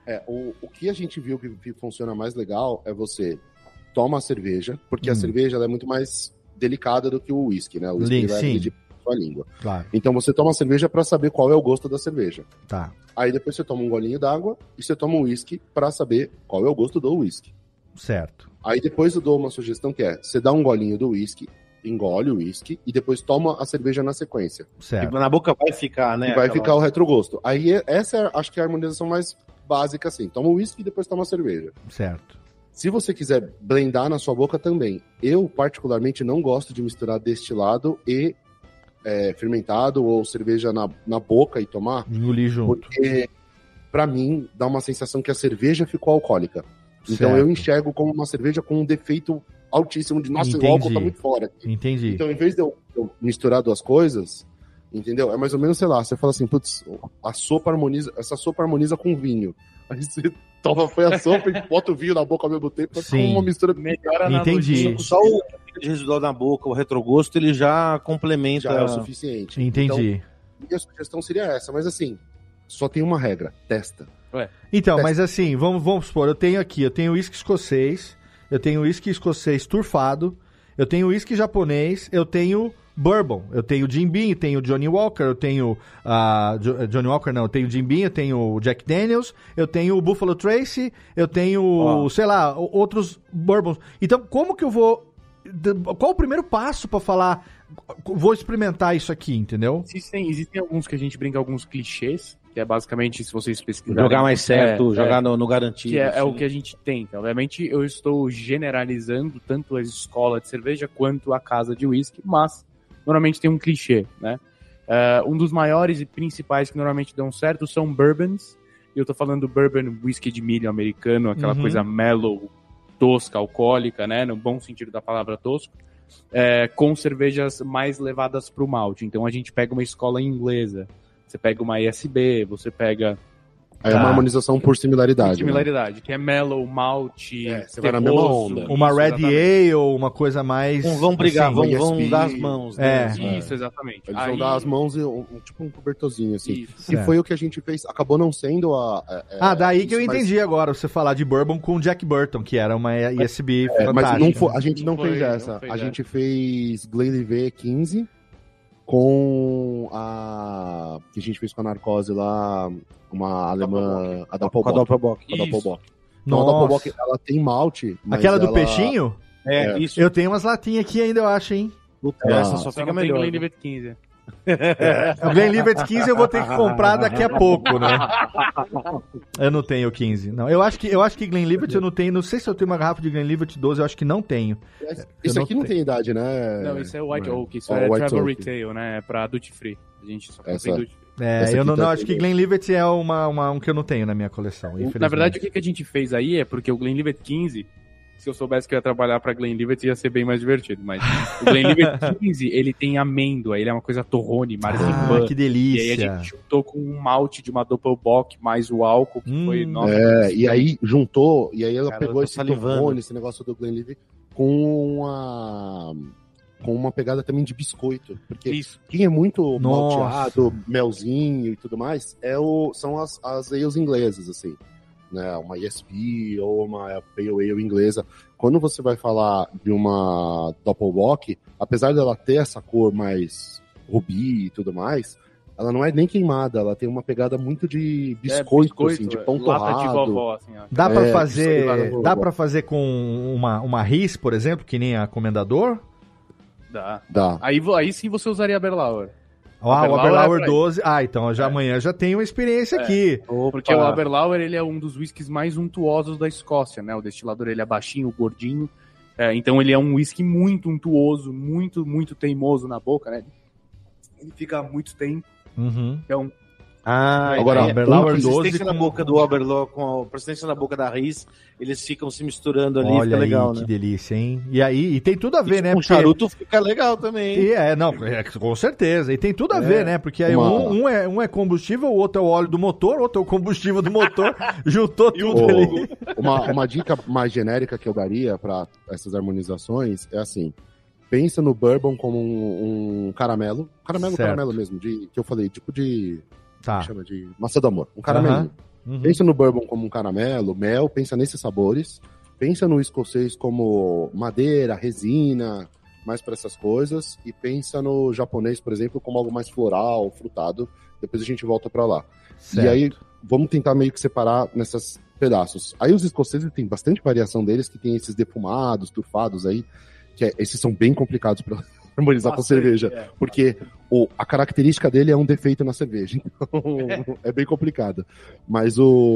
O que a gente viu que funciona mais legal é você toma a cerveja, porque a cerveja ela é muito mais delicada do que o whisky, né? O whisky vai agredir a sua língua. Claro. Então você toma a cerveja para saber qual é o gosto da cerveja. Tá. Aí depois você toma um golinho d'água e você toma o whisky para saber qual é o gosto do whisky. Certo. Aí depois eu dou uma sugestão que você dá um golinho do whisky, engole o whisky e depois toma a cerveja na sequência. Certo. E na boca vai ficar, né? E vai ficar o retrogosto. Aí essa acho que é a harmonização mais básica, assim. Toma o whisky e depois toma a cerveja. Certo. Se você quiser blendar na sua boca também. Eu, particularmente, não gosto de misturar destilado e fermentado ou cerveja na boca e tomar. Engolir junto. Porque, pra mim, dá uma sensação que a cerveja ficou alcoólica. Então eu enxergo como uma cerveja com um defeito altíssimo de, nossa, o álcool tá muito fora aqui. Entendi. Então, em vez de eu misturar duas coisas, entendeu? É mais ou menos, sei lá, você fala assim, putz, essa sopa harmoniza com vinho. Aí você põe a sopa e bota o vinho na boca ao mesmo tempo, com uma mistura melhor. Entendi. Só o residual na boca, o retrogosto, ele já complementa. Já é o suficiente. Entendi. Então, minha sugestão seria essa, mas assim, só tem uma regra, testa. Então, mas assim, vamos supor, eu tenho uísque escocês, eu tenho uísque escocês turfado, eu tenho uísque japonês, eu tenho bourbon, eu tenho Jim Beam, eu tenho Johnny Walker, eu tenho Johnny Walker não, eu tenho Jim Beam, eu tenho Jack Daniels, eu tenho Buffalo Trace, eu tenho, sei lá, outros bourbons. Então, como que eu vou... Qual o primeiro passo pra falar, vou experimentar isso aqui, entendeu? Existem alguns que a gente brinca, alguns clichês, que é basicamente, se vocês pesquisarem... Jogar mais certo, jogar no garantido. Que é o que a gente tenta. Obviamente, eu estou generalizando tanto a escola de cerveja quanto a casa de whisky, mas normalmente tem um clichê, né? Um dos maiores e principais que normalmente dão certo são bourbons. E eu tô falando bourbon, whisky de milho americano, aquela coisa mellow, tosca, alcoólica, né? No bom sentido da palavra tosco. Com cervejas mais levadas pro malte. Então a gente pega uma escola inglesa, você pega uma ISB, você pega Aí é uma harmonização por similaridade. Similaridade, que é mellow, malt, você vai na mesma onda. Uma Red Ale, uma coisa mais... Não vão brigar, assim, vão dar as mãos. Né? Isso, exatamente. Eles vão dar as mãos e tipo um cobertorzinho, assim. Isso. E foi o que a gente fez. Acabou não sendo daí que eu entendi agora, você falar de Bourbon com Jack Burton, que era uma ESB fantástica. Mas não foi, a gente não fez essa. A gente fez Glenlivet 15 com a... que a gente fez com a Narcose lá, uma alemã, a Doppelbock. Então, a Doppelbock, ela tem malte, mas aquela do peixinho? Isso. Eu tenho umas latinhas aqui ainda, eu acho, hein? Essa só fica melhor. Glenlivet 15. O Glenlivet 15 eu vou ter que comprar daqui a pouco, né? Eu não tenho 15. Não, eu acho que Glenlivet eu não tenho. Não sei se eu tenho uma garrafa de Glenlivet 12, eu acho que não tenho. Isso aqui não tem idade, né? Não, isso é White Oak, isso é Travel Retail, né? É pra Duty Free. A gente só compra em Duty Free. Eu não acho que Glenlivet é um que eu não tenho na minha coleção. Na verdade, o que a gente fez aí é porque o Glenlivet 15, se eu soubesse que eu ia trabalhar pra Glenlivet, ia ser bem mais divertido. Mas o Glenlivet 15, ele tem amêndoa, ele é uma coisa torrone, marzipan. Que delícia. E aí a gente juntou com um malte de uma Doppelbock, mais o álcool, que foi... Nossa, e aí juntou, e aí ela pegou esse salivando. torrone, esse negócio do Glenlivet, com uma pegada também de biscoito. Porque quem é muito malteado, melzinho e tudo mais, são as ales inglesas, assim. Né, uma ESB ou uma Pale Ale inglesa. Quando você vai falar de uma Doppelbock, apesar dela ter essa cor mais rubi e tudo mais, ela não é nem queimada, ela tem uma pegada muito de biscoito assim, de pão torrado. De vovó, assim, ó. Dá pra fazer com uma Riz, por exemplo, que nem a Comendador? Dá. Aí sim você usaria a Berlauer. O Aberlour 12. Então amanhã já tenho uma experiência aqui. Porque o Aberlour, ele é um dos whiskies mais untuosos da Escócia, né? O destilador, ele é baixinho, gordinho. Então ele é um whisky muito untuoso, muito, muito teimoso na boca, né? Ele fica há muito tempo. Então... Agora, a persistência na boca do Aberlour com a persistência na boca da Riz, eles ficam se misturando ali. Olha fica legal, que né? delícia, hein? E aí, tem tudo a ver, né? Com charuto fica legal também. Com certeza. E tem tudo a ver, né? Porque aí um é combustível, o outro é o óleo do motor, o outro é o combustível do motor, juntou tudo ali. Uma dica mais genérica que eu daria para essas harmonizações é assim: pensa no bourbon como um caramelo mesmo, que eu falei, tipo de... chama de maçã do amor, um caramelinho. Pensa no bourbon como um caramelo, mel, pensa nesses sabores. Pensa no escocês como madeira, resina, mais para essas coisas. E pensa no japonês, por exemplo, como algo mais floral, frutado. Depois a gente volta para lá. Certo. E aí, vamos tentar meio que separar nesses pedaços. Aí os escoceses tem bastante variação deles, que tem esses defumados, turfados aí, esses são bem complicados para harmonizar com cerveja, porque a característica dele é um defeito na cerveja, então é bem complicado. Mas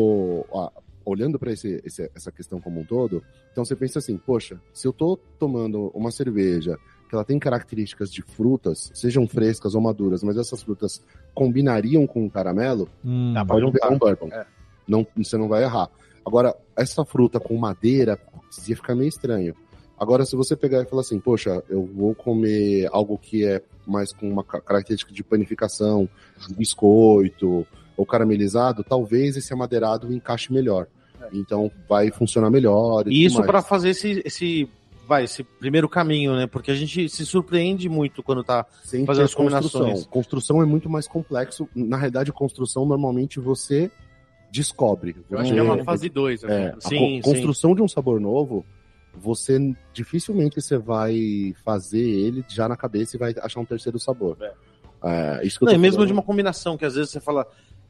olhando para essa questão como um todo, então você pensa assim, poxa, se eu tô tomando uma cerveja que ela tem características de frutas, sejam frescas ou maduras, mas essas frutas combinariam com o caramelo, pode virar um bourbon. Você não vai errar. Agora, essa fruta com madeira, ia ficar meio estranho. Agora, se você pegar e falar assim, poxa, eu vou comer algo que é mais com uma característica de panificação, de biscoito ou caramelizado, talvez esse amadeirado encaixe melhor. Então, vai funcionar melhor. E isso para fazer esse primeiro caminho, né? Porque a gente se surpreende muito quando tá fazendo as combinações. Construção é muito mais complexo. Na realidade, construção, normalmente, você descobre. Eu acho que é uma fase 2. Construção de um sabor novo, você dificilmente você vai fazer ele já na cabeça e vai achar um terceiro sabor. Isso que eu tô mesmo falando. de uma combinação, que às vezes você fala...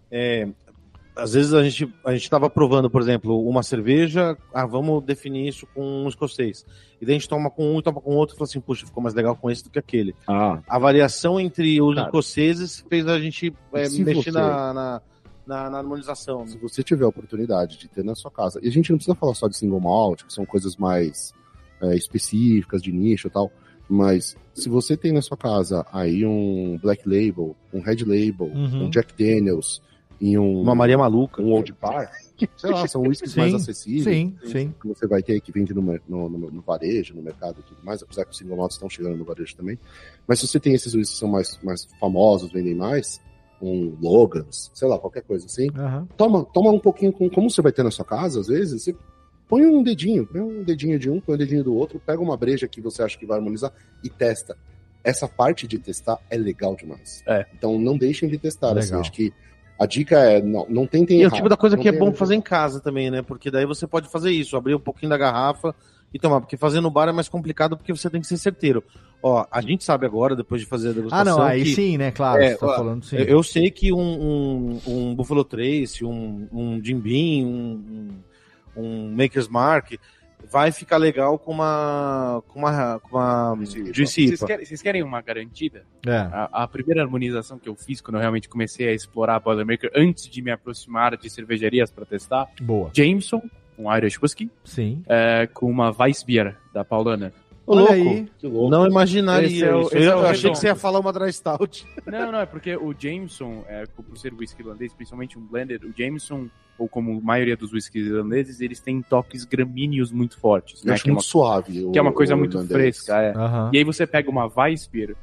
às vezes a gente tava provando, por exemplo, uma cerveja, vamos definir isso com um escocês. E daí a gente toma com um e toma com outro e fala assim, puxa, ficou mais legal com esse do que aquele. A variação entre os escoceses fez a gente mexer na harmonização. Né? Se você tiver a oportunidade de ter na sua casa, e a gente não precisa falar só de single malt, que são coisas mais específicas, de nicho e tal, mas se você tem na sua casa aí um Black Label, um Red Label, um Jack Daniels, e uma Maria Maluca, um Old Parr, sei lá, são whiskies mais acessíveis, sim. que você vai ter, que vende no varejo, no mercado e tudo mais, apesar que os single malts estão chegando no varejo também, mas se você tem esses whiskies que são mais famosos, vendem mais, um Logan's, sei lá, qualquer coisa assim. Aham. Toma um pouquinho, como você vai ter na sua casa, às vezes, você põe um dedinho de um, põe um dedinho do outro, pega uma breja que você acha que vai harmonizar e testa. Essa parte de testar é legal demais. Então não deixem de testar. Assim, acho que a dica é, não tentem errar. E é o tipo da coisa que é bom fazer em casa também, né? Porque daí você pode fazer isso, abrir um pouquinho da garrafa e tomar. Porque fazer no bar é mais complicado porque você tem que ser certeiro. Ó, a gente sabe agora, depois de fazer a degustação... aí sim, né? Claro, você tá falando sim. Eu sei que um Buffalo Trace, um Jim Beam, um Maker's Mark... vai ficar legal com uma Juicy IPA. Vocês querem uma garantida? É. A primeira harmonização que eu fiz, quando eu realmente comecei a explorar a Boilermaker, antes de me aproximar de cervejarias para testar, Boa. Jameson, um Irish Whiskey, Sim. com uma Weissbier, da Paulaner. Olha aí. Que louco. Não imaginaria Esse é isso. o Eu achei redondo. que você ia falar uma Dry Stout. Não, é porque o Jameson, por ser whisky irlandês, principalmente um blended, o Jameson, ou como a maioria dos whiskies irlandeses, eles têm toques gramíneos muito fortes. Eu Né? acho muito suave. Que é uma coisa muito irlandês. fresca. Aham. E aí você pega uma Weissbier,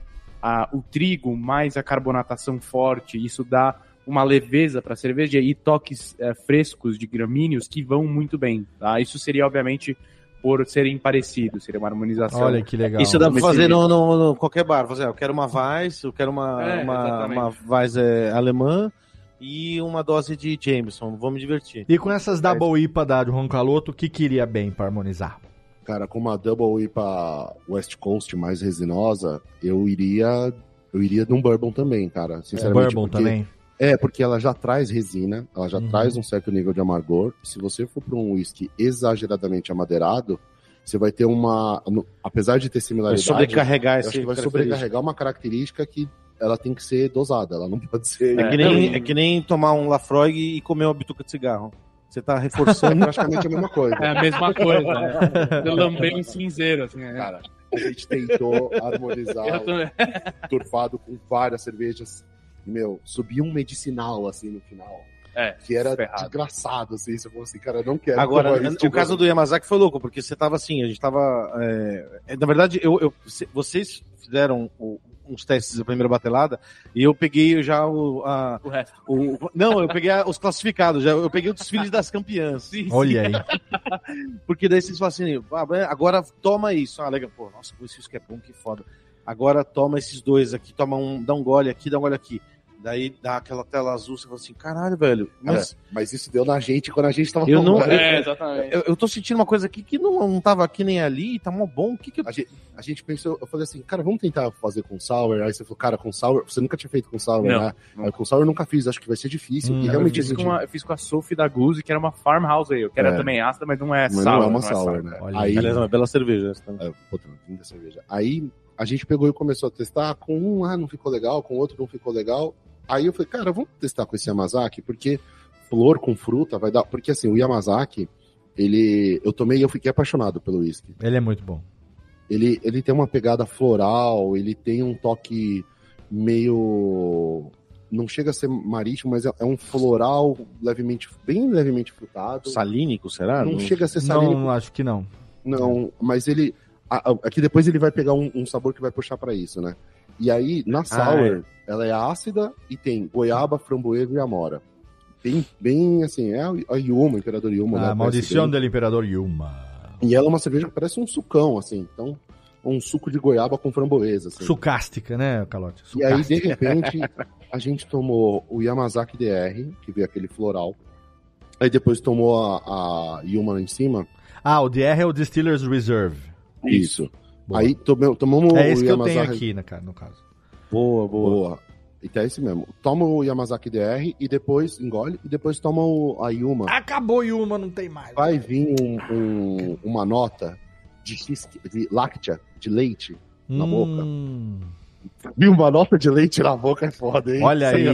o trigo mais a carbonatação forte, isso dá uma leveza para a cerveja e toques frescos de gramíneos que vão muito bem. Tá? Isso seria, obviamente, por serem parecidos, seria uma harmonização. Olha que legal. Isso dá pra fazer no qualquer bar. Fazer, eu quero uma Weiss, eu quero uma Weiss alemã e uma dose de Jameson. Vou me divertir. E com essas Double IPA da Roncaloto, o que queria bem pra harmonizar? Cara, com uma Double IPA West Coast mais resinosa, eu iria num Bourbon também, cara. Sinceramente. Bourbon também? Porque ela já traz resina, ela já traz um certo nível de amargor. Se você for para um whisky exageradamente amadeirado, você vai ter apesar de ter similaridade, Vai sobrecarregar acho que vai sobrecarregar uma característica que ela tem que ser dosada, ela não pode ser... É que nem tomar um Lafroig e comer uma bituca de cigarro. Você tá reforçando praticamente a mesma coisa. É a mesma coisa, né? Eu lambei um cinzeiro, assim, né? Cara, a gente tentou harmonizar o turfado com várias cervejas. Subia um medicinal, assim, no final. Que era desgraçado, assim. Você falou assim, cara, eu não quero... Agora, o caso do Yamazaki foi louco, porque você tava assim, a gente tava... na verdade, vocês fizeram uns testes da primeira batelada, e eu peguei já o resto. Não, eu peguei os classificados, eu peguei os desfiles das campeãs. Olha aí. Porque daí vocês falam assim, agora toma isso. Legal, pô, nossa, isso que é bom, que foda. Agora toma esses dois aqui, dá um gole aqui, dá um gole aqui. Daí dá aquela tela azul, você fala assim, caralho, velho. Mas isso deu na gente quando a gente tava tomando. Exatamente. Eu tô sentindo uma coisa aqui que não tava aqui nem ali, tá mó bom. A gente pensou, eu falei assim, cara, vamos tentar fazer com sour. Aí você falou, cara, com sour, você nunca tinha feito com sour, né? Aí, com sour eu nunca fiz, acho que vai ser difícil. E realmente eu fiz com a Sophie da Goose, que era uma farmhouse ale, que era também ácida, mas não é sour. Não é uma sour, né? Aí, aliás, é uma bela cerveja. Linda cerveja. Aí a gente pegou e começou a testar, com um não ficou legal, com o outro não ficou legal. Aí eu falei, cara, vamos testar com esse Yamazaki, porque flor com fruta vai dar... Porque assim, o Yamazaki, eu tomei e eu fiquei apaixonado pelo whisky. Ele é muito bom. Ele tem uma pegada floral, ele tem um toque meio... Não chega a ser marítimo, mas é um floral bem levemente frutado. Salínico, será? Não chega a ser salínico. Não, acho que não. Não, mas ele... Aqui depois ele vai pegar um sabor que vai puxar pra isso, né? E aí, na sour, ela é ácida e tem goiaba, framboesa e amora. Bem assim, é a Yuma, Imperador Yuma. A maldição do Imperador Yuma. E ela é uma cerveja que parece um sucão, assim. Então, um suco de goiaba com framboesa. Assim. Sucástica, né, Calote? E aí, de repente, a gente tomou o Yamazaki DR, que veio aquele floral. Aí depois tomou a Yuma lá em cima. O DR é o Distiller's Reserve. Isso. Boa. Aí tomamos é esse o que Yamazaki... eu tenho aqui, no caso. Boa. Então é esse mesmo. Toma o Yamazaki DR e depois engole e depois toma a Yuma. Acabou Yuma, não tem mais. Vai vir uma nota de láctea, de leite na boca. Vi uma nota de leite na boca é foda, hein? Olha aí.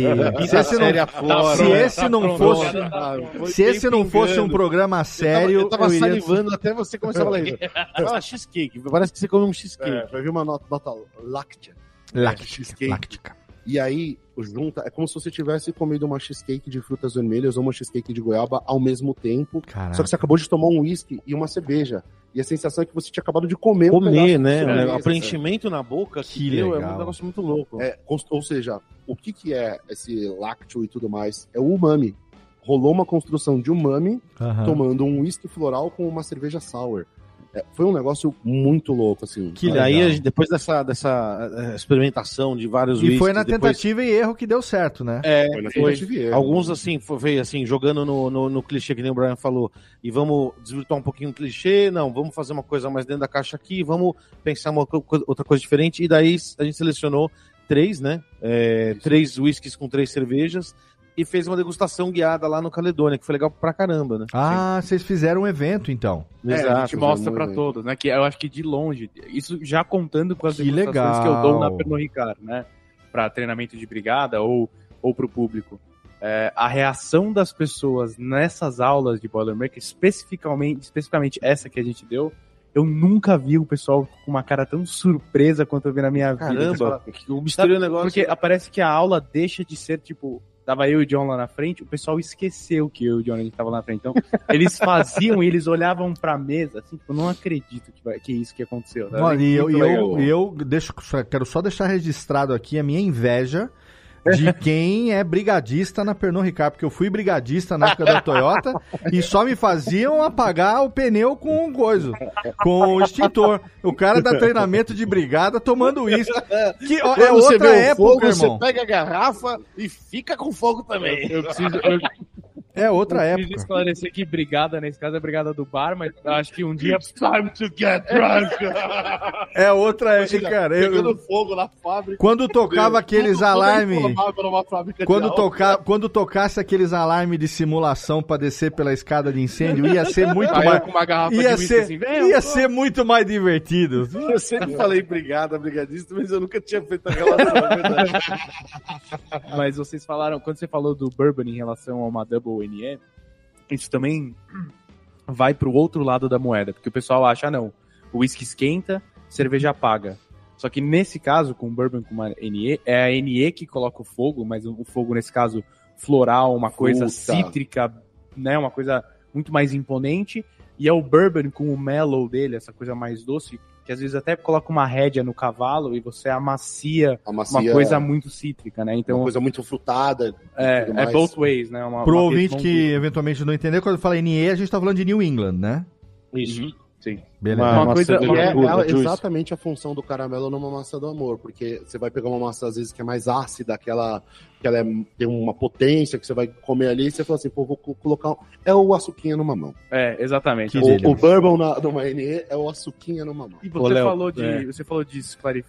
Se esse não fosse um programa sério... Eu tava salivando até você começar a falar isso. Fala cheesecake, parece que você come um cheesecake. Vai vir uma nota láctea. Láctica. E aí, junta, é como se você tivesse comido uma cheesecake de frutas vermelhas ou uma cheesecake de goiaba ao mesmo tempo. Caraca. Só que você acabou de tomar um whisky e uma cerveja. e a sensação é que você tinha acabado de comer um pedaço Comer, de né? cerveja, O preenchimento na boca Que deu, é legal. um negócio muito louco. ou seja, o que é esse lácteo e tudo mais? É o umami. Rolou uma construção de umami tomando um whisky floral com uma cerveja sour. Foi um negócio muito louco, assim. Que E aí, legal. depois dessa experimentação de vários E whiskies... foi na depois- tentativa e erro que deu certo, né? Foi na foi. tentativa e erro. Alguns, assim, veio assim, jogando no clichê, que nem o Brian falou, e vamos desvirtuar um pouquinho o clichê, não, vamos fazer uma coisa mais dentro da caixa aqui, vamos pensar outra coisa diferente, e daí a gente selecionou 3, né? 3 whiskies com 3 cervejas, e fez uma degustação guiada lá no Caledônia, que foi legal pra caramba, né? Ah, vocês fizeram um evento, então. A gente mostra pra muito. todos, né? Que eu acho que de longe, isso já contando com as Que demonstrações legal. que eu dou na Pernod Ricard, né? Pra treinamento de brigada ou pro público. A reação das pessoas nessas aulas de Boilermaker, especificamente essa que a gente deu, eu nunca vi o pessoal com uma cara tão surpresa quanto eu vi na minha vida. Caramba, eu misturei o negócio. Porque parece que a aula deixa de ser, tipo, tava eu e o John lá na frente, o pessoal esqueceu que eu e o John a gente tava lá na frente. Então, eles faziam e eles olhavam pra mesa, assim, tipo, eu não acredito que isso que aconteceu. Tá? Olha, e Muito legal. eu quero só deixar registrado aqui a minha inveja de quem é brigadista na Pernod Ricard, porque eu fui brigadista na época da Toyota e só me faziam apagar o pneu com coisa, com o extintor. O cara dá treinamento de brigada tomando isso. Que, ó, é Você outra vê o época, fogo, irmão. você pega a garrafa e fica com fogo também. Eu preciso É outra preciso época. esclarecer que brigada, nesse caso, é brigada do bar, mas eu acho que um dia... Time to get drunk. É outra época, cara. Pegando fogo na fábrica. Quando tocava aqueles alarmes... Numa fábrica de Quando, álcool. quando tocasse aqueles alarmes de simulação pra descer pela escada de incêndio, ia ser muito Aí eu mais. com uma garrafa Ia de whisky ser, assim, vem, ia ser muito mais divertido. Eu sempre falei brigadista, mas eu nunca tinha feito a relação, na verdade. Mas vocês falaram, quando você falou do bourbon em relação a uma Double NE, isso também vai pro outro lado da moeda, porque o pessoal acha, não, o whisky esquenta, cerveja apaga. Só que nesse caso, com o bourbon com uma NE, é a NE que coloca o fogo, mas o fogo, nesse caso, floral, uma coisa Puta. cítrica, né, uma coisa muito mais imponente, e é o bourbon com o mellow dele, essa coisa mais doce, que às vezes até coloca uma rédea no cavalo e você amacia uma coisa muito cítrica, né? Então, uma coisa muito frutada. é both ways, né? Pro uma ouvinte mão que eventualmente não entendeu, quando fala NE, a gente tá falando de New England, né? Isso. Sim. Beleza. Uma coisa- E é Juice. exatamente a função do caramelo numa maçã do amor, porque você vai pegar uma maçã às vezes que é mais ácida, que ela tem uma potência que você vai comer ali e você fala assim, pô, vou colocar. É o açuquinha numa mão. Exatamente. Que delícia. O bourbon numa NE é o açuquinha numa mão. E Ô, Léo, você falou de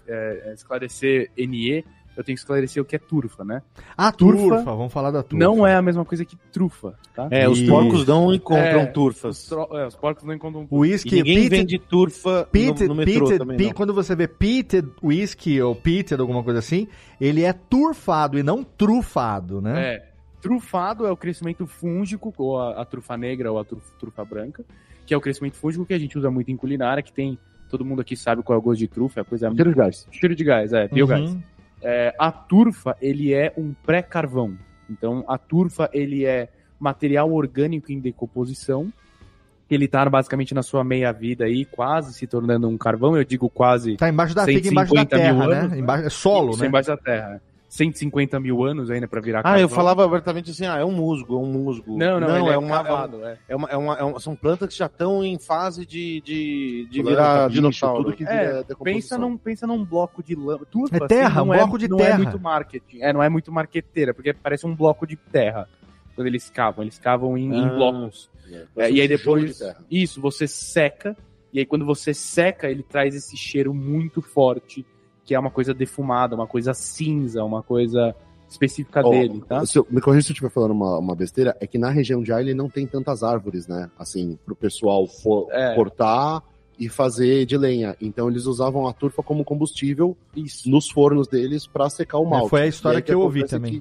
esclarecer NE, eu tenho que esclarecer o que é turfa, né? A turfa, vamos falar da turfa. Não é a mesma coisa que trufa, tá? Os Isso. porcos não encontram turfas. Os porcos não encontram O E whisky, ninguém vende turfa no metrô também, não. quando você vê peated whisky ou peated, alguma coisa assim, ele é turfado e não trufado, né? Trufado é o crescimento fúngico, ou a trufa negra ou a trufa branca, que é o crescimento fúngico que a gente usa muito em culinária, que tem, todo mundo aqui sabe qual é o gosto de trufa, é a coisa... Cheiro de gás. Cheiro de gás, biogás. Uhum. A turfa, ele é um pré-carvão. Então, a turfa, ele é material orgânico em decomposição. Ele tá basicamente na sua meia-vida aí, quase se tornando um carvão. Eu digo quase... Tá embaixo da, fica embaixo da 150 mil terra, né? anos, Embaixo, é solo, Isso, né? embaixo da terra. 150 mil anos ainda pra virar carvão. Eu falava abertamente assim, é um musgo. Não, ele é uma cavado, são plantas que já estão em fase de Planta, virar bicho, dinossauro. tudo que vira decomposição. Pensa num bloco de lama. Turfa, É terra, assim, um bloco de não terra. é muito marketing. Não é muito marqueteira, porque parece um bloco de terra. Quando eles cavam em blocos. E aí depois, isso, você seca, e aí quando você seca, ele traz esse cheiro muito forte, que é uma coisa defumada, uma coisa cinza, uma coisa específica dele, tá? Me corrija se eu estiver falando uma besteira, é que na região de Ireland não tem tantas árvores, né? Assim, pro pessoal cortar e fazer de lenha. Então eles usavam a turfa como combustível nos fornos deles para secar o malte. Foi a história E aí que eu ouvi acontece também. que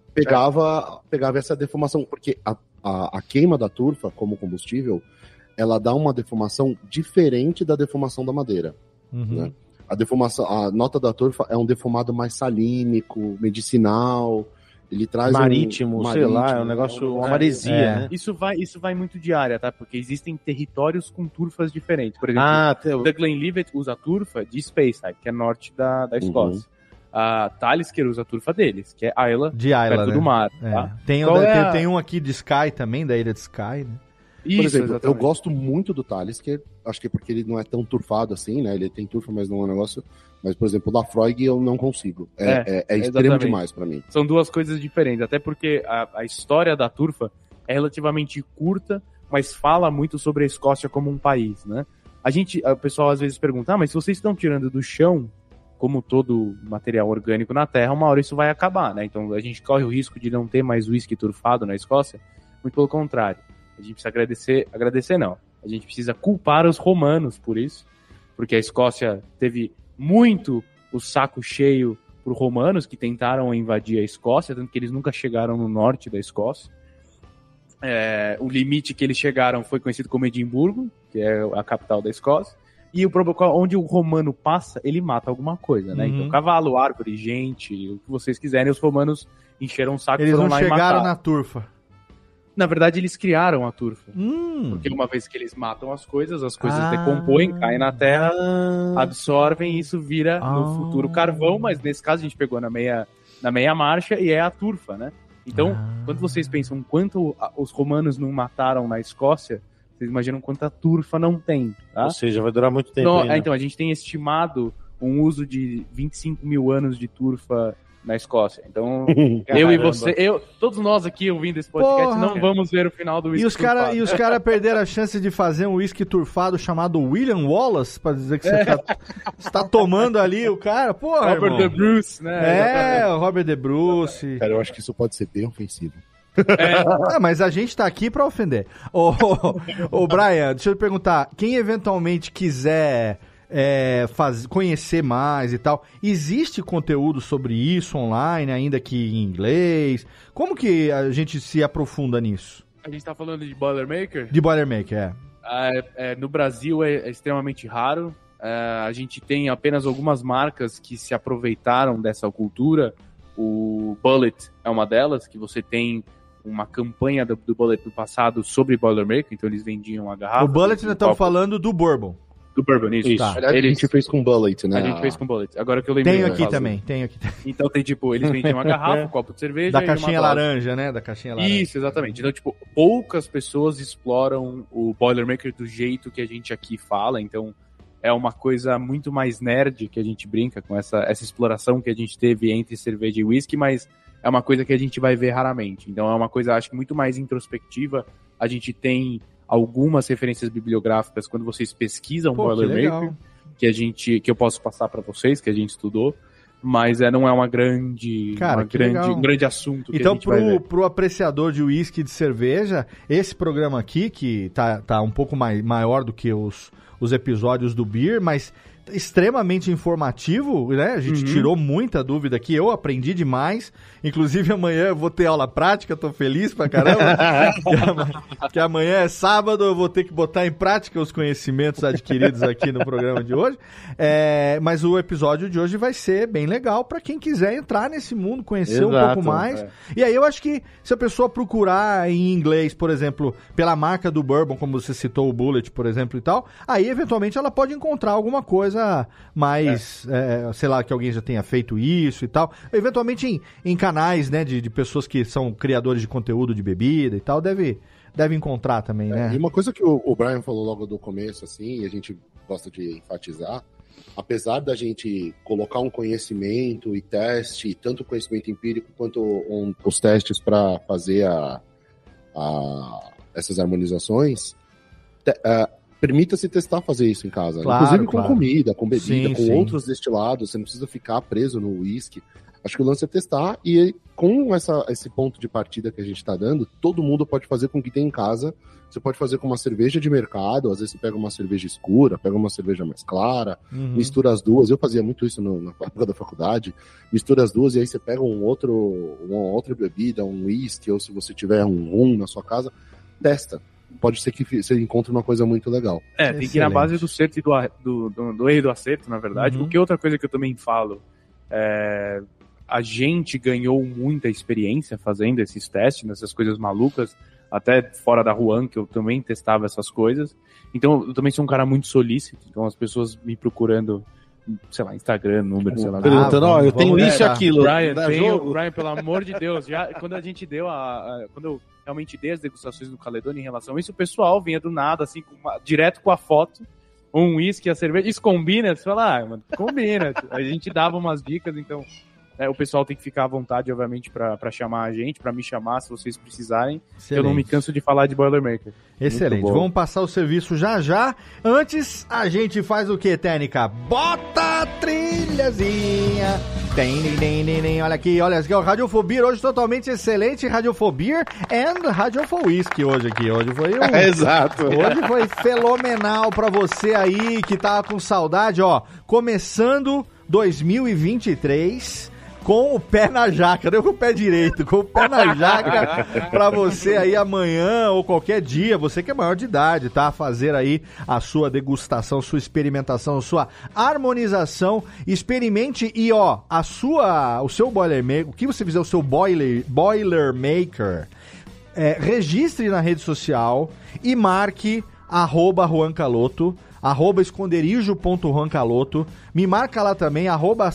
pegava essa defumação, porque a queima da turfa como combustível, ela dá uma defumação diferente da defumação da madeira. Uhum. Né? A nota da turfa é um defumado mais salínico, medicinal. ele traz marítimo, sei lá, é um negócio, uma maresia, né? Isso vai muito de área, tá? Porque existem territórios com turfas diferentes. Por exemplo, The Glenlivet usa a turfa de Speyside, que é norte da Escócia. A Talisker usa a turfa deles, que é Islay, perto do mar. Tá? Tem um aqui de Skye também, da ilha de Skye, né? Isso, por exemplo, exatamente. Eu gosto muito do Talisker, acho que é porque ele não é tão turfado assim, né? Ele tem turfa, mas não é um negócio... Mas, por exemplo, o Laphroaig eu não consigo. É extremo demais pra mim. São duas coisas diferentes, até porque a história da turfa é relativamente curta, mas fala muito sobre a Escócia como um país, né? O pessoal às vezes pergunta, mas se vocês estão tirando do chão, como todo material orgânico na Terra, uma hora isso vai acabar, né? Então a gente corre o risco de não ter mais whisky turfado na Escócia. Muito pelo contrário. A gente precisa agradecer não. A gente precisa culpar os romanos por isso, porque a Escócia teve muito o saco cheio por romanos que tentaram invadir a Escócia, tanto que eles nunca chegaram no norte da Escócia. O limite que eles chegaram foi conhecido como Edimburgo, que é a capital da Escócia. E o problema, onde o romano passa, ele mata alguma coisa, né? Então, cavalo, árvore, gente, o que vocês quiserem, os romanos encheram o saco e foram lá e mataram. Eles não chegaram na turfa. Na verdade, eles criaram a turfa. Porque uma vez que eles matam as coisas decompõem, caem na terra, absorvem e isso vira no futuro carvão, mas nesse caso a gente pegou na meia marcha e é a turfa, né? Então, quando vocês pensam quanto os romanos não mataram na Escócia, vocês imaginam quanta turfa não tem, tá? Ou seja, vai durar muito tempo. Não, então, a gente tem estimado um uso de 25 mil anos de turfa na Escócia. Então, eu e você, todos nós aqui ouvindo esse podcast, não vamos ver o final do whisky turfado. E os caras perderam a chance de fazer um whisky turfado chamado William Wallace, pra dizer que você tá tomando ali o cara, porra, Robert de Bruce, né? O Robert de Bruce. Cara, eu acho que isso pode ser bem ofensivo. Mas a gente tá aqui pra ofender. Ô, Brian, deixa eu te perguntar, quem eventualmente quiser conhecer mais e tal, existe conteúdo sobre isso online, ainda que em inglês? Como que a gente se aprofunda nisso? A gente tá falando de Boilermaker? De Boilermaker, no Brasil é extremamente raro. A gente tem apenas algumas marcas que se aproveitaram dessa cultura. O Bulleit é uma delas, que você tem uma campanha do Bulleit no passado sobre Boilermaker, então eles vendiam a garrafa. O Bulleit, nós estamos falando do Bourbon. Do Bourbon, isso. Tá. A gente fez com Bulleit, né? A gente fez com Bulleit. Agora que eu lembrei. Tenho aqui também. Então tem, eles vendiam uma garrafa, um copo de cerveja da caixinha laranja, né? Da caixinha laranja. Isso, exatamente. Então, poucas pessoas exploram o Boilermaker do jeito que a gente aqui fala, então é uma coisa muito mais nerd que a gente brinca com essa exploração que a gente teve entre cerveja e whisky, mas é uma coisa que a gente vai ver raramente. Então é uma coisa, acho que muito mais introspectiva. A gente tem algumas referências bibliográficas quando vocês pesquisam Boilermaker, que eu posso passar para vocês, que a gente estudou, mas não é um grande assunto que então, a gente vai ver. Pro apreciador de uísque e de cerveja, esse programa aqui, que tá um pouco maior do que os episódios do Beer, mas extremamente informativo, né? A gente tirou muita dúvida aqui, eu aprendi demais, inclusive amanhã eu vou ter aula prática, tô feliz pra caramba, que amanhã é sábado, eu vou ter que botar em prática os conhecimentos adquiridos aqui no programa de hoje, mas o episódio de hoje vai ser bem legal pra quem quiser entrar nesse mundo, conhecer um pouco mais, e aí eu acho que se a pessoa procurar em inglês, por exemplo, pela marca do Bourbon, como você citou o Bulleit, por exemplo, e tal, aí eventualmente ela pode encontrar alguma coisa mais, sei lá, que alguém já tenha feito isso e tal. Eventualmente em canais, né, de pessoas que são criadores de conteúdo de bebida e tal, deve encontrar também, né? E uma coisa que o Brian falou logo do começo, assim, e a gente gosta de enfatizar, apesar da gente colocar um conhecimento e teste, tanto conhecimento empírico quanto os testes para fazer essas harmonizações, permita-se testar fazer isso em casa. Claro, inclusive com comida, com bebida, sim, com outros destilados. Você não precisa ficar preso no whisky. Acho que o lance é testar e com esse ponto de partida que a gente está dando, todo mundo pode fazer com o que tem em casa. Você pode fazer com uma cerveja de mercado, às vezes você pega uma cerveja escura, pega uma cerveja mais clara, mistura as duas. Eu fazia muito isso na época da faculdade. Mistura as duas e aí você pega uma outra bebida, um whisky, ou se você tiver um rum na sua casa, testa. Pode ser que você encontre uma coisa muito legal. Tem que ir na base do certo e do erro e do acerto, na verdade. Porque outra coisa que eu também falo, a gente ganhou muita experiência fazendo esses testes, nessas coisas malucas, até fora da Juan, que eu também testava essas coisas. Então, eu também sou um cara muito solícito, então as pessoas me procurando, sei lá, Instagram, número, sei lá. Perguntando, eu tenho isso e aquilo. Brian, pelo amor de Deus, já, quando a gente deu quando eu realmente dei as degustações no Caledônia em relação a isso, o pessoal vinha do nada, assim, direto com a foto, um uísque e a cerveja, isso combina? Você fala, mano, combina. A gente dava umas dicas, então o pessoal tem que ficar à vontade, obviamente, pra chamar a gente, pra me chamar, se vocês precisarem. Excelente. Eu não me canso de falar de Boilermaker. Excelente, vamos passar o serviço já. Antes, a gente faz o que, Técnica? Bota a trilhazinha. Olha aqui, o Radiofobia hoje totalmente excelente. Radiofobia and Radiofobia hoje aqui. Hoje foi Exato. Hoje foi fenomenal pra você aí que tá com saudade, ó. Começando 2023... com o pé na jaca, não com o pé direito, com o pé na jaca pra você aí amanhã ou qualquer dia, você que é maior de idade, tá? Fazer aí a sua degustação, sua experimentação, sua harmonização, experimente e ó, o seu Boilermaker, o que você fizer o seu Boilermaker, registre na rede social e marque @JuanCaloto, @esconderijo.juancaloto, me marca lá também,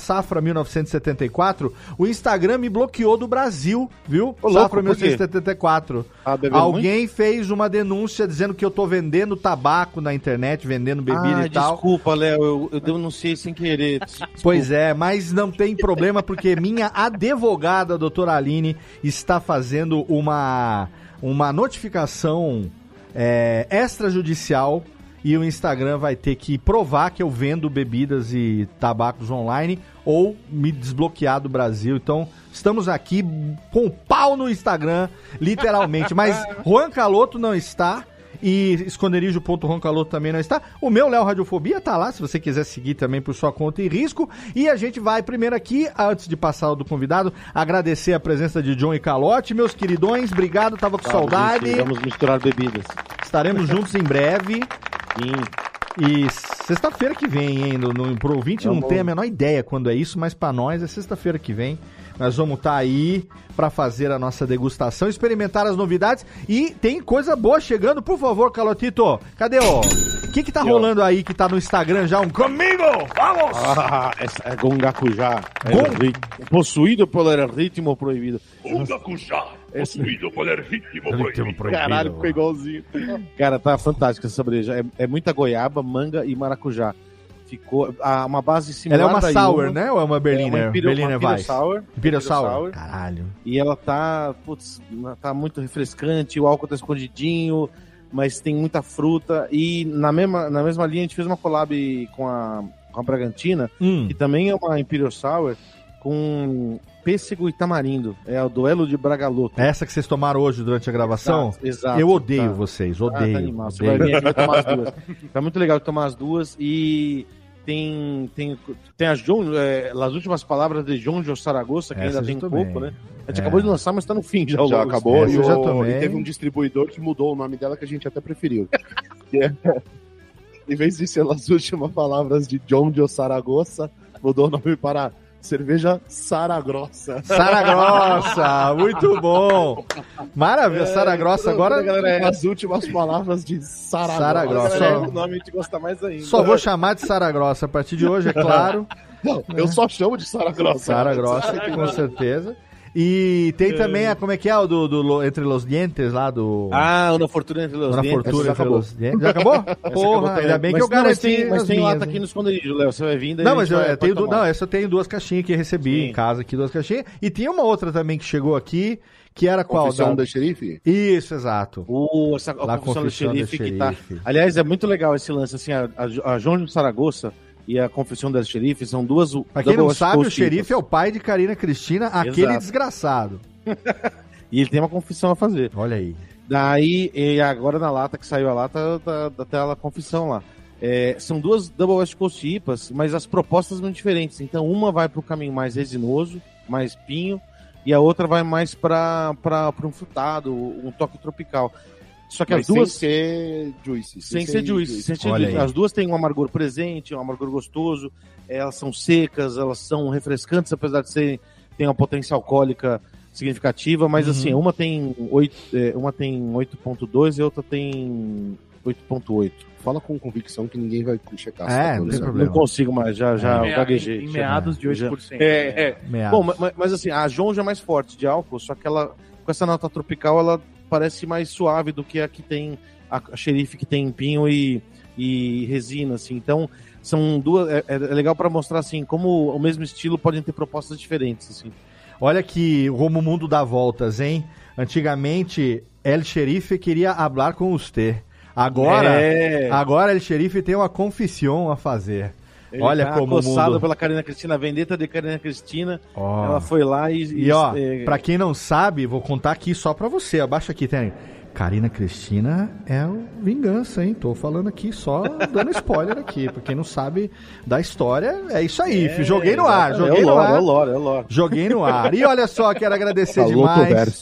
@safra1974, o Instagram me bloqueou do Brasil, viu? Safra1974. Alguém fez uma denúncia dizendo que eu tô vendendo tabaco na internet, vendendo bebida e tal. Desculpa, Léo, eu denunciei sem querer. Desculpa. Pois é, mas não tem problema, porque minha advogada, a doutora Aline, está fazendo uma notificação extrajudicial. E o Instagram vai ter que provar que eu vendo bebidas e tabacos online ou me desbloquear do Brasil. Então, estamos aqui com o pau no Instagram, literalmente. Mas Juan Caloto não está e esconderijo.juancaloto também não está. O meu Léo Radiofobia tá lá, se você quiser seguir também por sua conta e risco. E a gente vai primeiro aqui, antes de passar o do convidado, agradecer a presença de John e Calote. Meus queridões, obrigado, tava com saudade. Gente, vamos misturar bebidas. Estaremos juntos em breve. Sim. E sexta-feira que vem, hein? Pro ouvinte não tem a menor ideia quando é isso, mas pra nós é sexta-feira que vem. Nós vamos estar aí pra fazer a nossa degustação, experimentar as novidades. E tem coisa boa chegando, por favor, Calotito. Cadê o que tá rolando aí que tá no Instagram já? Comigo! Vamos! É Gongakujá. Possuído pelo ritmo proibido. Gongakujá. Possuído pelo ritmo proibido. Caralho, ficou igualzinho. Cara, tá fantástica essa breja. É muita goiaba, manga e maracujá. Ficou uma base similar. Ela é uma sour, né? Ou é uma Berliner? É uma Berliner Sour. Imperial Sour. Caralho. E ela tá muito refrescante, o álcool tá escondidinho, mas tem muita fruta. E na mesma linha a gente fez uma collab com a Bragantina, que também é uma Imperial Sour, com pêssego e tamarindo. É o duelo de Bragaloto. Essa que vocês tomaram hoje durante a gravação? Exato. Eu odeio vocês, odeio. Tá animal. Você vai vir aqui tomar as duas. Tá muito legal tomar as duas. E tem as as últimas palavras de João de Saragossa, que ainda tem um pouco, né? A gente acabou de lançar, mas tá no fim já. Já acabou e e teve um distribuidor que mudou o nome dela que a gente até preferiu. Em vez de ser as últimas palavras de João de Saragossa, mudou o nome para cerveja Saragrossa. Saragrossa, muito bom. Maravilha, Saragrossa agora. As últimas palavras de Saragrossa. O nome a gente gosta mais ainda. Só vou chamar de Saragrossa a partir de hoje, é claro. Não, eu só chamo de Saragrossa. Saragrossa, com certeza. E tem também como é que é o do Entre los Dientes lá do... Una Fortuna Entre los Dientes. Fortuna Entre los Dientes. Já acabou? Porra, ainda bem que eu garanti. Mas tem lata aqui no esconderijo, Léo. Você vai vindo. Não, mas essa eu tenho 2 caixinhas que recebi em casa aqui, 2 caixinhas. E tinha uma outra também que chegou aqui, que era qual? Confissão do Xerife? Isso, exato. A Confissão do Xerife que tá... Aliás, é muito legal esse lance, assim, a João de Saragossa e a Confissão da Xerife são duas... Pra quem não sabe, o Xerife é o pai de Karina Cristina, aquele desgraçado. E ele tem uma confissão a fazer. Olha aí. Daí, e agora na lata, que saiu a lata, da tela confissão lá. São 2 Double West Coast IPAs, mas as propostas são diferentes. Então, uma vai para o caminho mais resinoso, mais pinho, e a outra vai mais para um frutado, um toque tropical. Só que mas as duas... sem ser juicy. Sem ser juicy. As duas têm um amargor presente, um amargor gostoso. Elas são secas, elas são refrescantes, apesar de serem tem uma potência alcoólica significativa, mas assim, uma tem 8.2 e a outra tem 8.8. Fala com convicção que ninguém vai checar. Não tem problema. Não consigo mais, já gaguejei. Em meados de 8%. Meados. Bom, mas assim, a João já é mais forte de álcool, só que ela, com essa nota tropical, ela parece mais suave do que a que tem, a xerife que tem pinho e resina, assim. Então, são duas, é legal para mostrar, assim, como o mesmo estilo podem ter propostas diferentes, assim. Olha que como o mundo dá voltas, hein? Antigamente, El Xerife queria hablar com você. Agora El Xerife tem uma confissão a fazer. Ele Olha tá como o mundo... pela Carina Cristina, a vendetta de Carina Cristina. Ela foi lá e pra quem não sabe, vou contar aqui só pra você. Abaixa aqui, tem. Carina Cristina é o Vingança, hein? Tô falando aqui só dando spoiler aqui. Pra quem não sabe da história, é isso aí. Joguei no ar, joguei no ar. É o lore. Joguei no ar. E olha só, quero agradecer demais.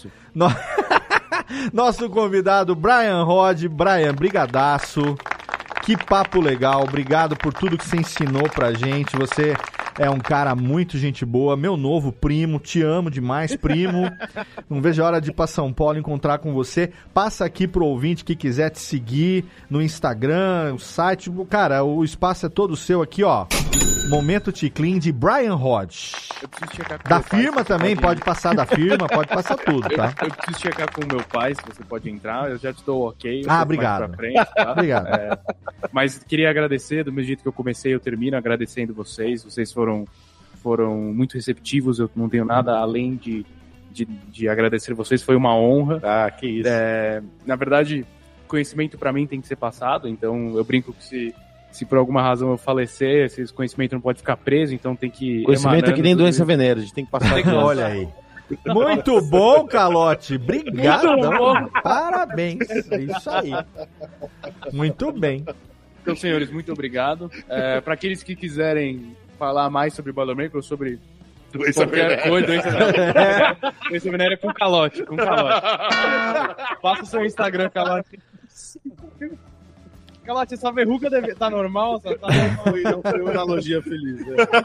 Nosso convidado, Brian Rod. Brian, brigadaço. Que papo legal. Obrigado por tudo que você ensinou pra gente. Você é um cara muito gente boa. Meu novo primo. Te amo demais, primo. Não vejo a hora de ir pra São Paulo encontrar com você. Passa aqui pro ouvinte que quiser te seguir no Instagram, o site. Cara, o espaço é todo seu aqui, ó. Momento Ticlin de Brian Hodge. Eu preciso checar com Da meu pai, firma também, pode passar da firma, pode passar tudo, tá? Eu preciso checar com o meu pai se você pode entrar. Eu já te dou ok. Obrigado. Mais pra frente, tá? Obrigado. Mas queria agradecer, do mesmo jeito que eu comecei, eu termino agradecendo vocês. Vocês foram muito receptivos. Eu não tenho nada além de agradecer vocês. Foi uma honra. Ah, que isso. Na verdade, conhecimento pra mim tem que ser passado. Então eu brinco que se por alguma razão eu falecer, esse conhecimento não pode ficar preso, então tem que... Conhecimento é que nem doença venérea, a gente tem que passar... Olha aí. Muito bom, Calote. Obrigado. Parabéns. É isso aí. Muito bem. Então, senhores, muito obrigado. Para aqueles que quiserem falar mais sobre Boilermaker ou sobre qualquer coisa, doença venérea com Calote. Passa o seu Instagram, Calote. Calote, essa verruga tá normal? Tá normal. Não foi uma analogia feliz.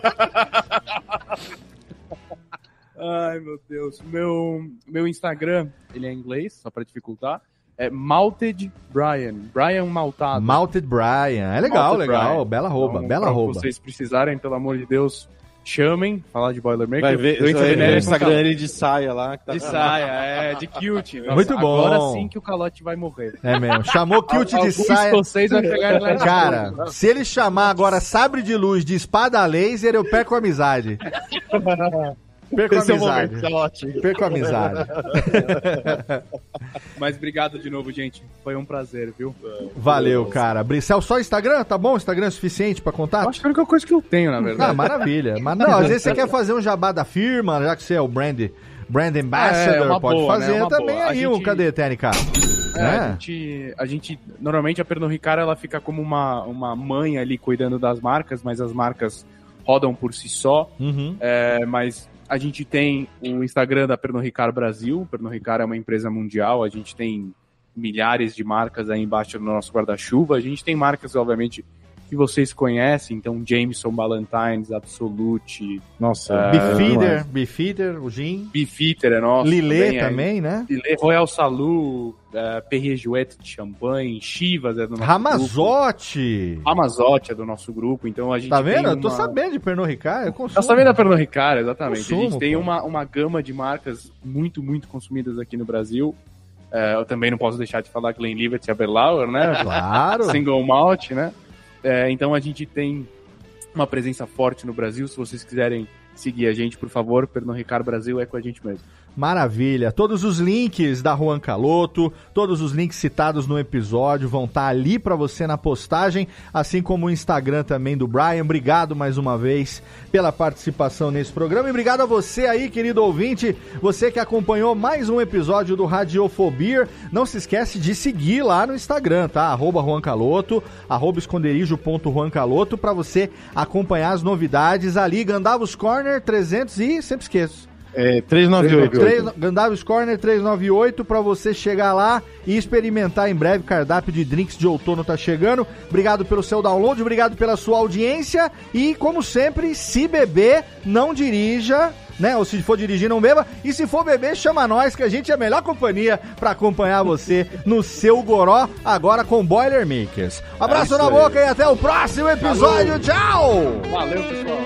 Ai, meu Deus. Meu Instagram, ele é em inglês, só pra dificultar. É Malted Brian. Brian maltado. Malted Brian. É legal, Malted legal. Brian. Bela rouba, Então, bela rouba. Se vocês precisarem, pelo amor de Deus, chamem. Falar de Boilermaker. Vai ver o Instagram ele de saia lá. De saia, de kilt. Nossa, muito bom. Agora sim que o Calote vai morrer. É mesmo. Chamou kilt de saia. Vocês vai pegar lá. Cara, se ele chamar agora sabre de luz de espada laser, eu perco a amizade. Perco a amizade. Perco a amizade. Mas obrigado de novo, gente. Foi um prazer, viu? Valeu, cara. Só Instagram? Tá bom? Instagram é suficiente pra contato? Acho que é a única coisa que eu tenho, na verdade. Ah, maravilha. Mas não, às vezes você quer fazer um jabá da firma, já que você é o brand ambassador, pode boa, fazer né? também boa. aí. Cadê, TNK? A gente normalmente a Pernod Ricard ela fica como uma mãe ali cuidando das marcas, mas as marcas rodam por si só. Uhum. Mas a gente tem o Instagram da Pernod Ricard Brasil. Pernod Ricard é uma empresa mundial. A gente tem milhares de marcas aí embaixo do nosso guarda-chuva. A gente tem marcas, obviamente, que vocês conhecem. Então, Jameson, Ballantines, Absolute. Nossa. Beefeater, o Gin. Beefeater é nosso. Lillet também, né? Lillet, Royal Salud, Perrier Jouet de champanhe, Chivas é do nosso Ramazotti. grupo. Ramazotti é do nosso grupo. Então, a gente tá vendo? tem Eu tô sabendo de Pernod Ricard. Eu consumo. Tá sabendo da Pernod Ricard, exatamente. Consumo, a gente tem uma gama de marcas muito, muito consumidas aqui no Brasil. Eu também não posso deixar de falar Glenlivet e Aberlour, né? Claro. Single Malt, né? Então a gente tem uma presença forte no Brasil. Se vocês quiserem seguir a gente, por favor, Pernod Ricard Brasil é com a gente mesmo. Maravilha. Todos os links da Juan Caloto, todos os links citados no episódio vão estar ali para você na postagem, assim como o Instagram também do Brian. Obrigado mais uma vez pela participação nesse programa e obrigado a você aí, querido ouvinte, você que acompanhou mais um episódio do Radiofobia. Não se esquece de seguir lá no Instagram, tá? @JuanCaloto, @esconderijo.JuanCaloto, para você acompanhar as novidades ali. Gandavos Corner 300 e sempre esqueço. 398. Gandalf's Corner 398 para você chegar lá e experimentar em breve. Cardápio de drinks de outono tá chegando. Obrigado pelo seu download, obrigado pela sua audiência e, como sempre, se beber, não dirija, né? Ou se for dirigir, não beba. E se for beber, chama nós, que a gente é a melhor companhia para acompanhar você no seu goró, agora com Boilermakers. Abraço na boca e até o próximo episódio. Tchau! Valeu, pessoal!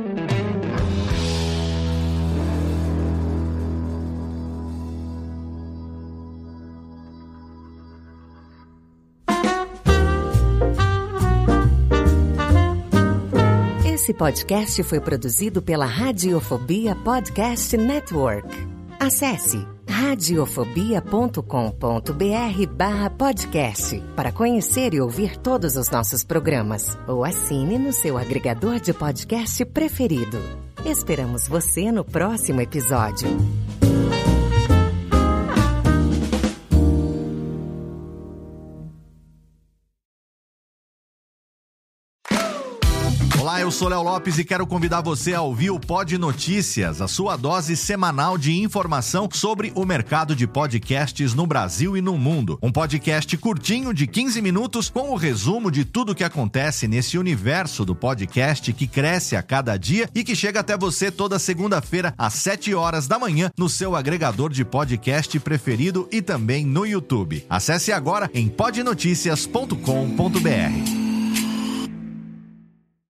Esse podcast foi produzido pela Radiofobia Podcast Network. Acesse radiofobia.com.br/podcast para conhecer e ouvir todos os nossos programas. Ou assine no seu agregador de podcast preferido. Esperamos você no próximo episódio. Olá, eu sou Léo Lopes e quero convidar você a ouvir o Pod Notícias, a sua dose semanal de informação sobre o mercado de podcasts no Brasil e no mundo. Um podcast curtinho de 15 minutos com o resumo de tudo que acontece nesse universo do podcast que cresce a cada dia e que chega até você toda segunda-feira às 7 horas da manhã no seu agregador de podcast preferido e também no YouTube. Acesse agora em podnoticias.com.br.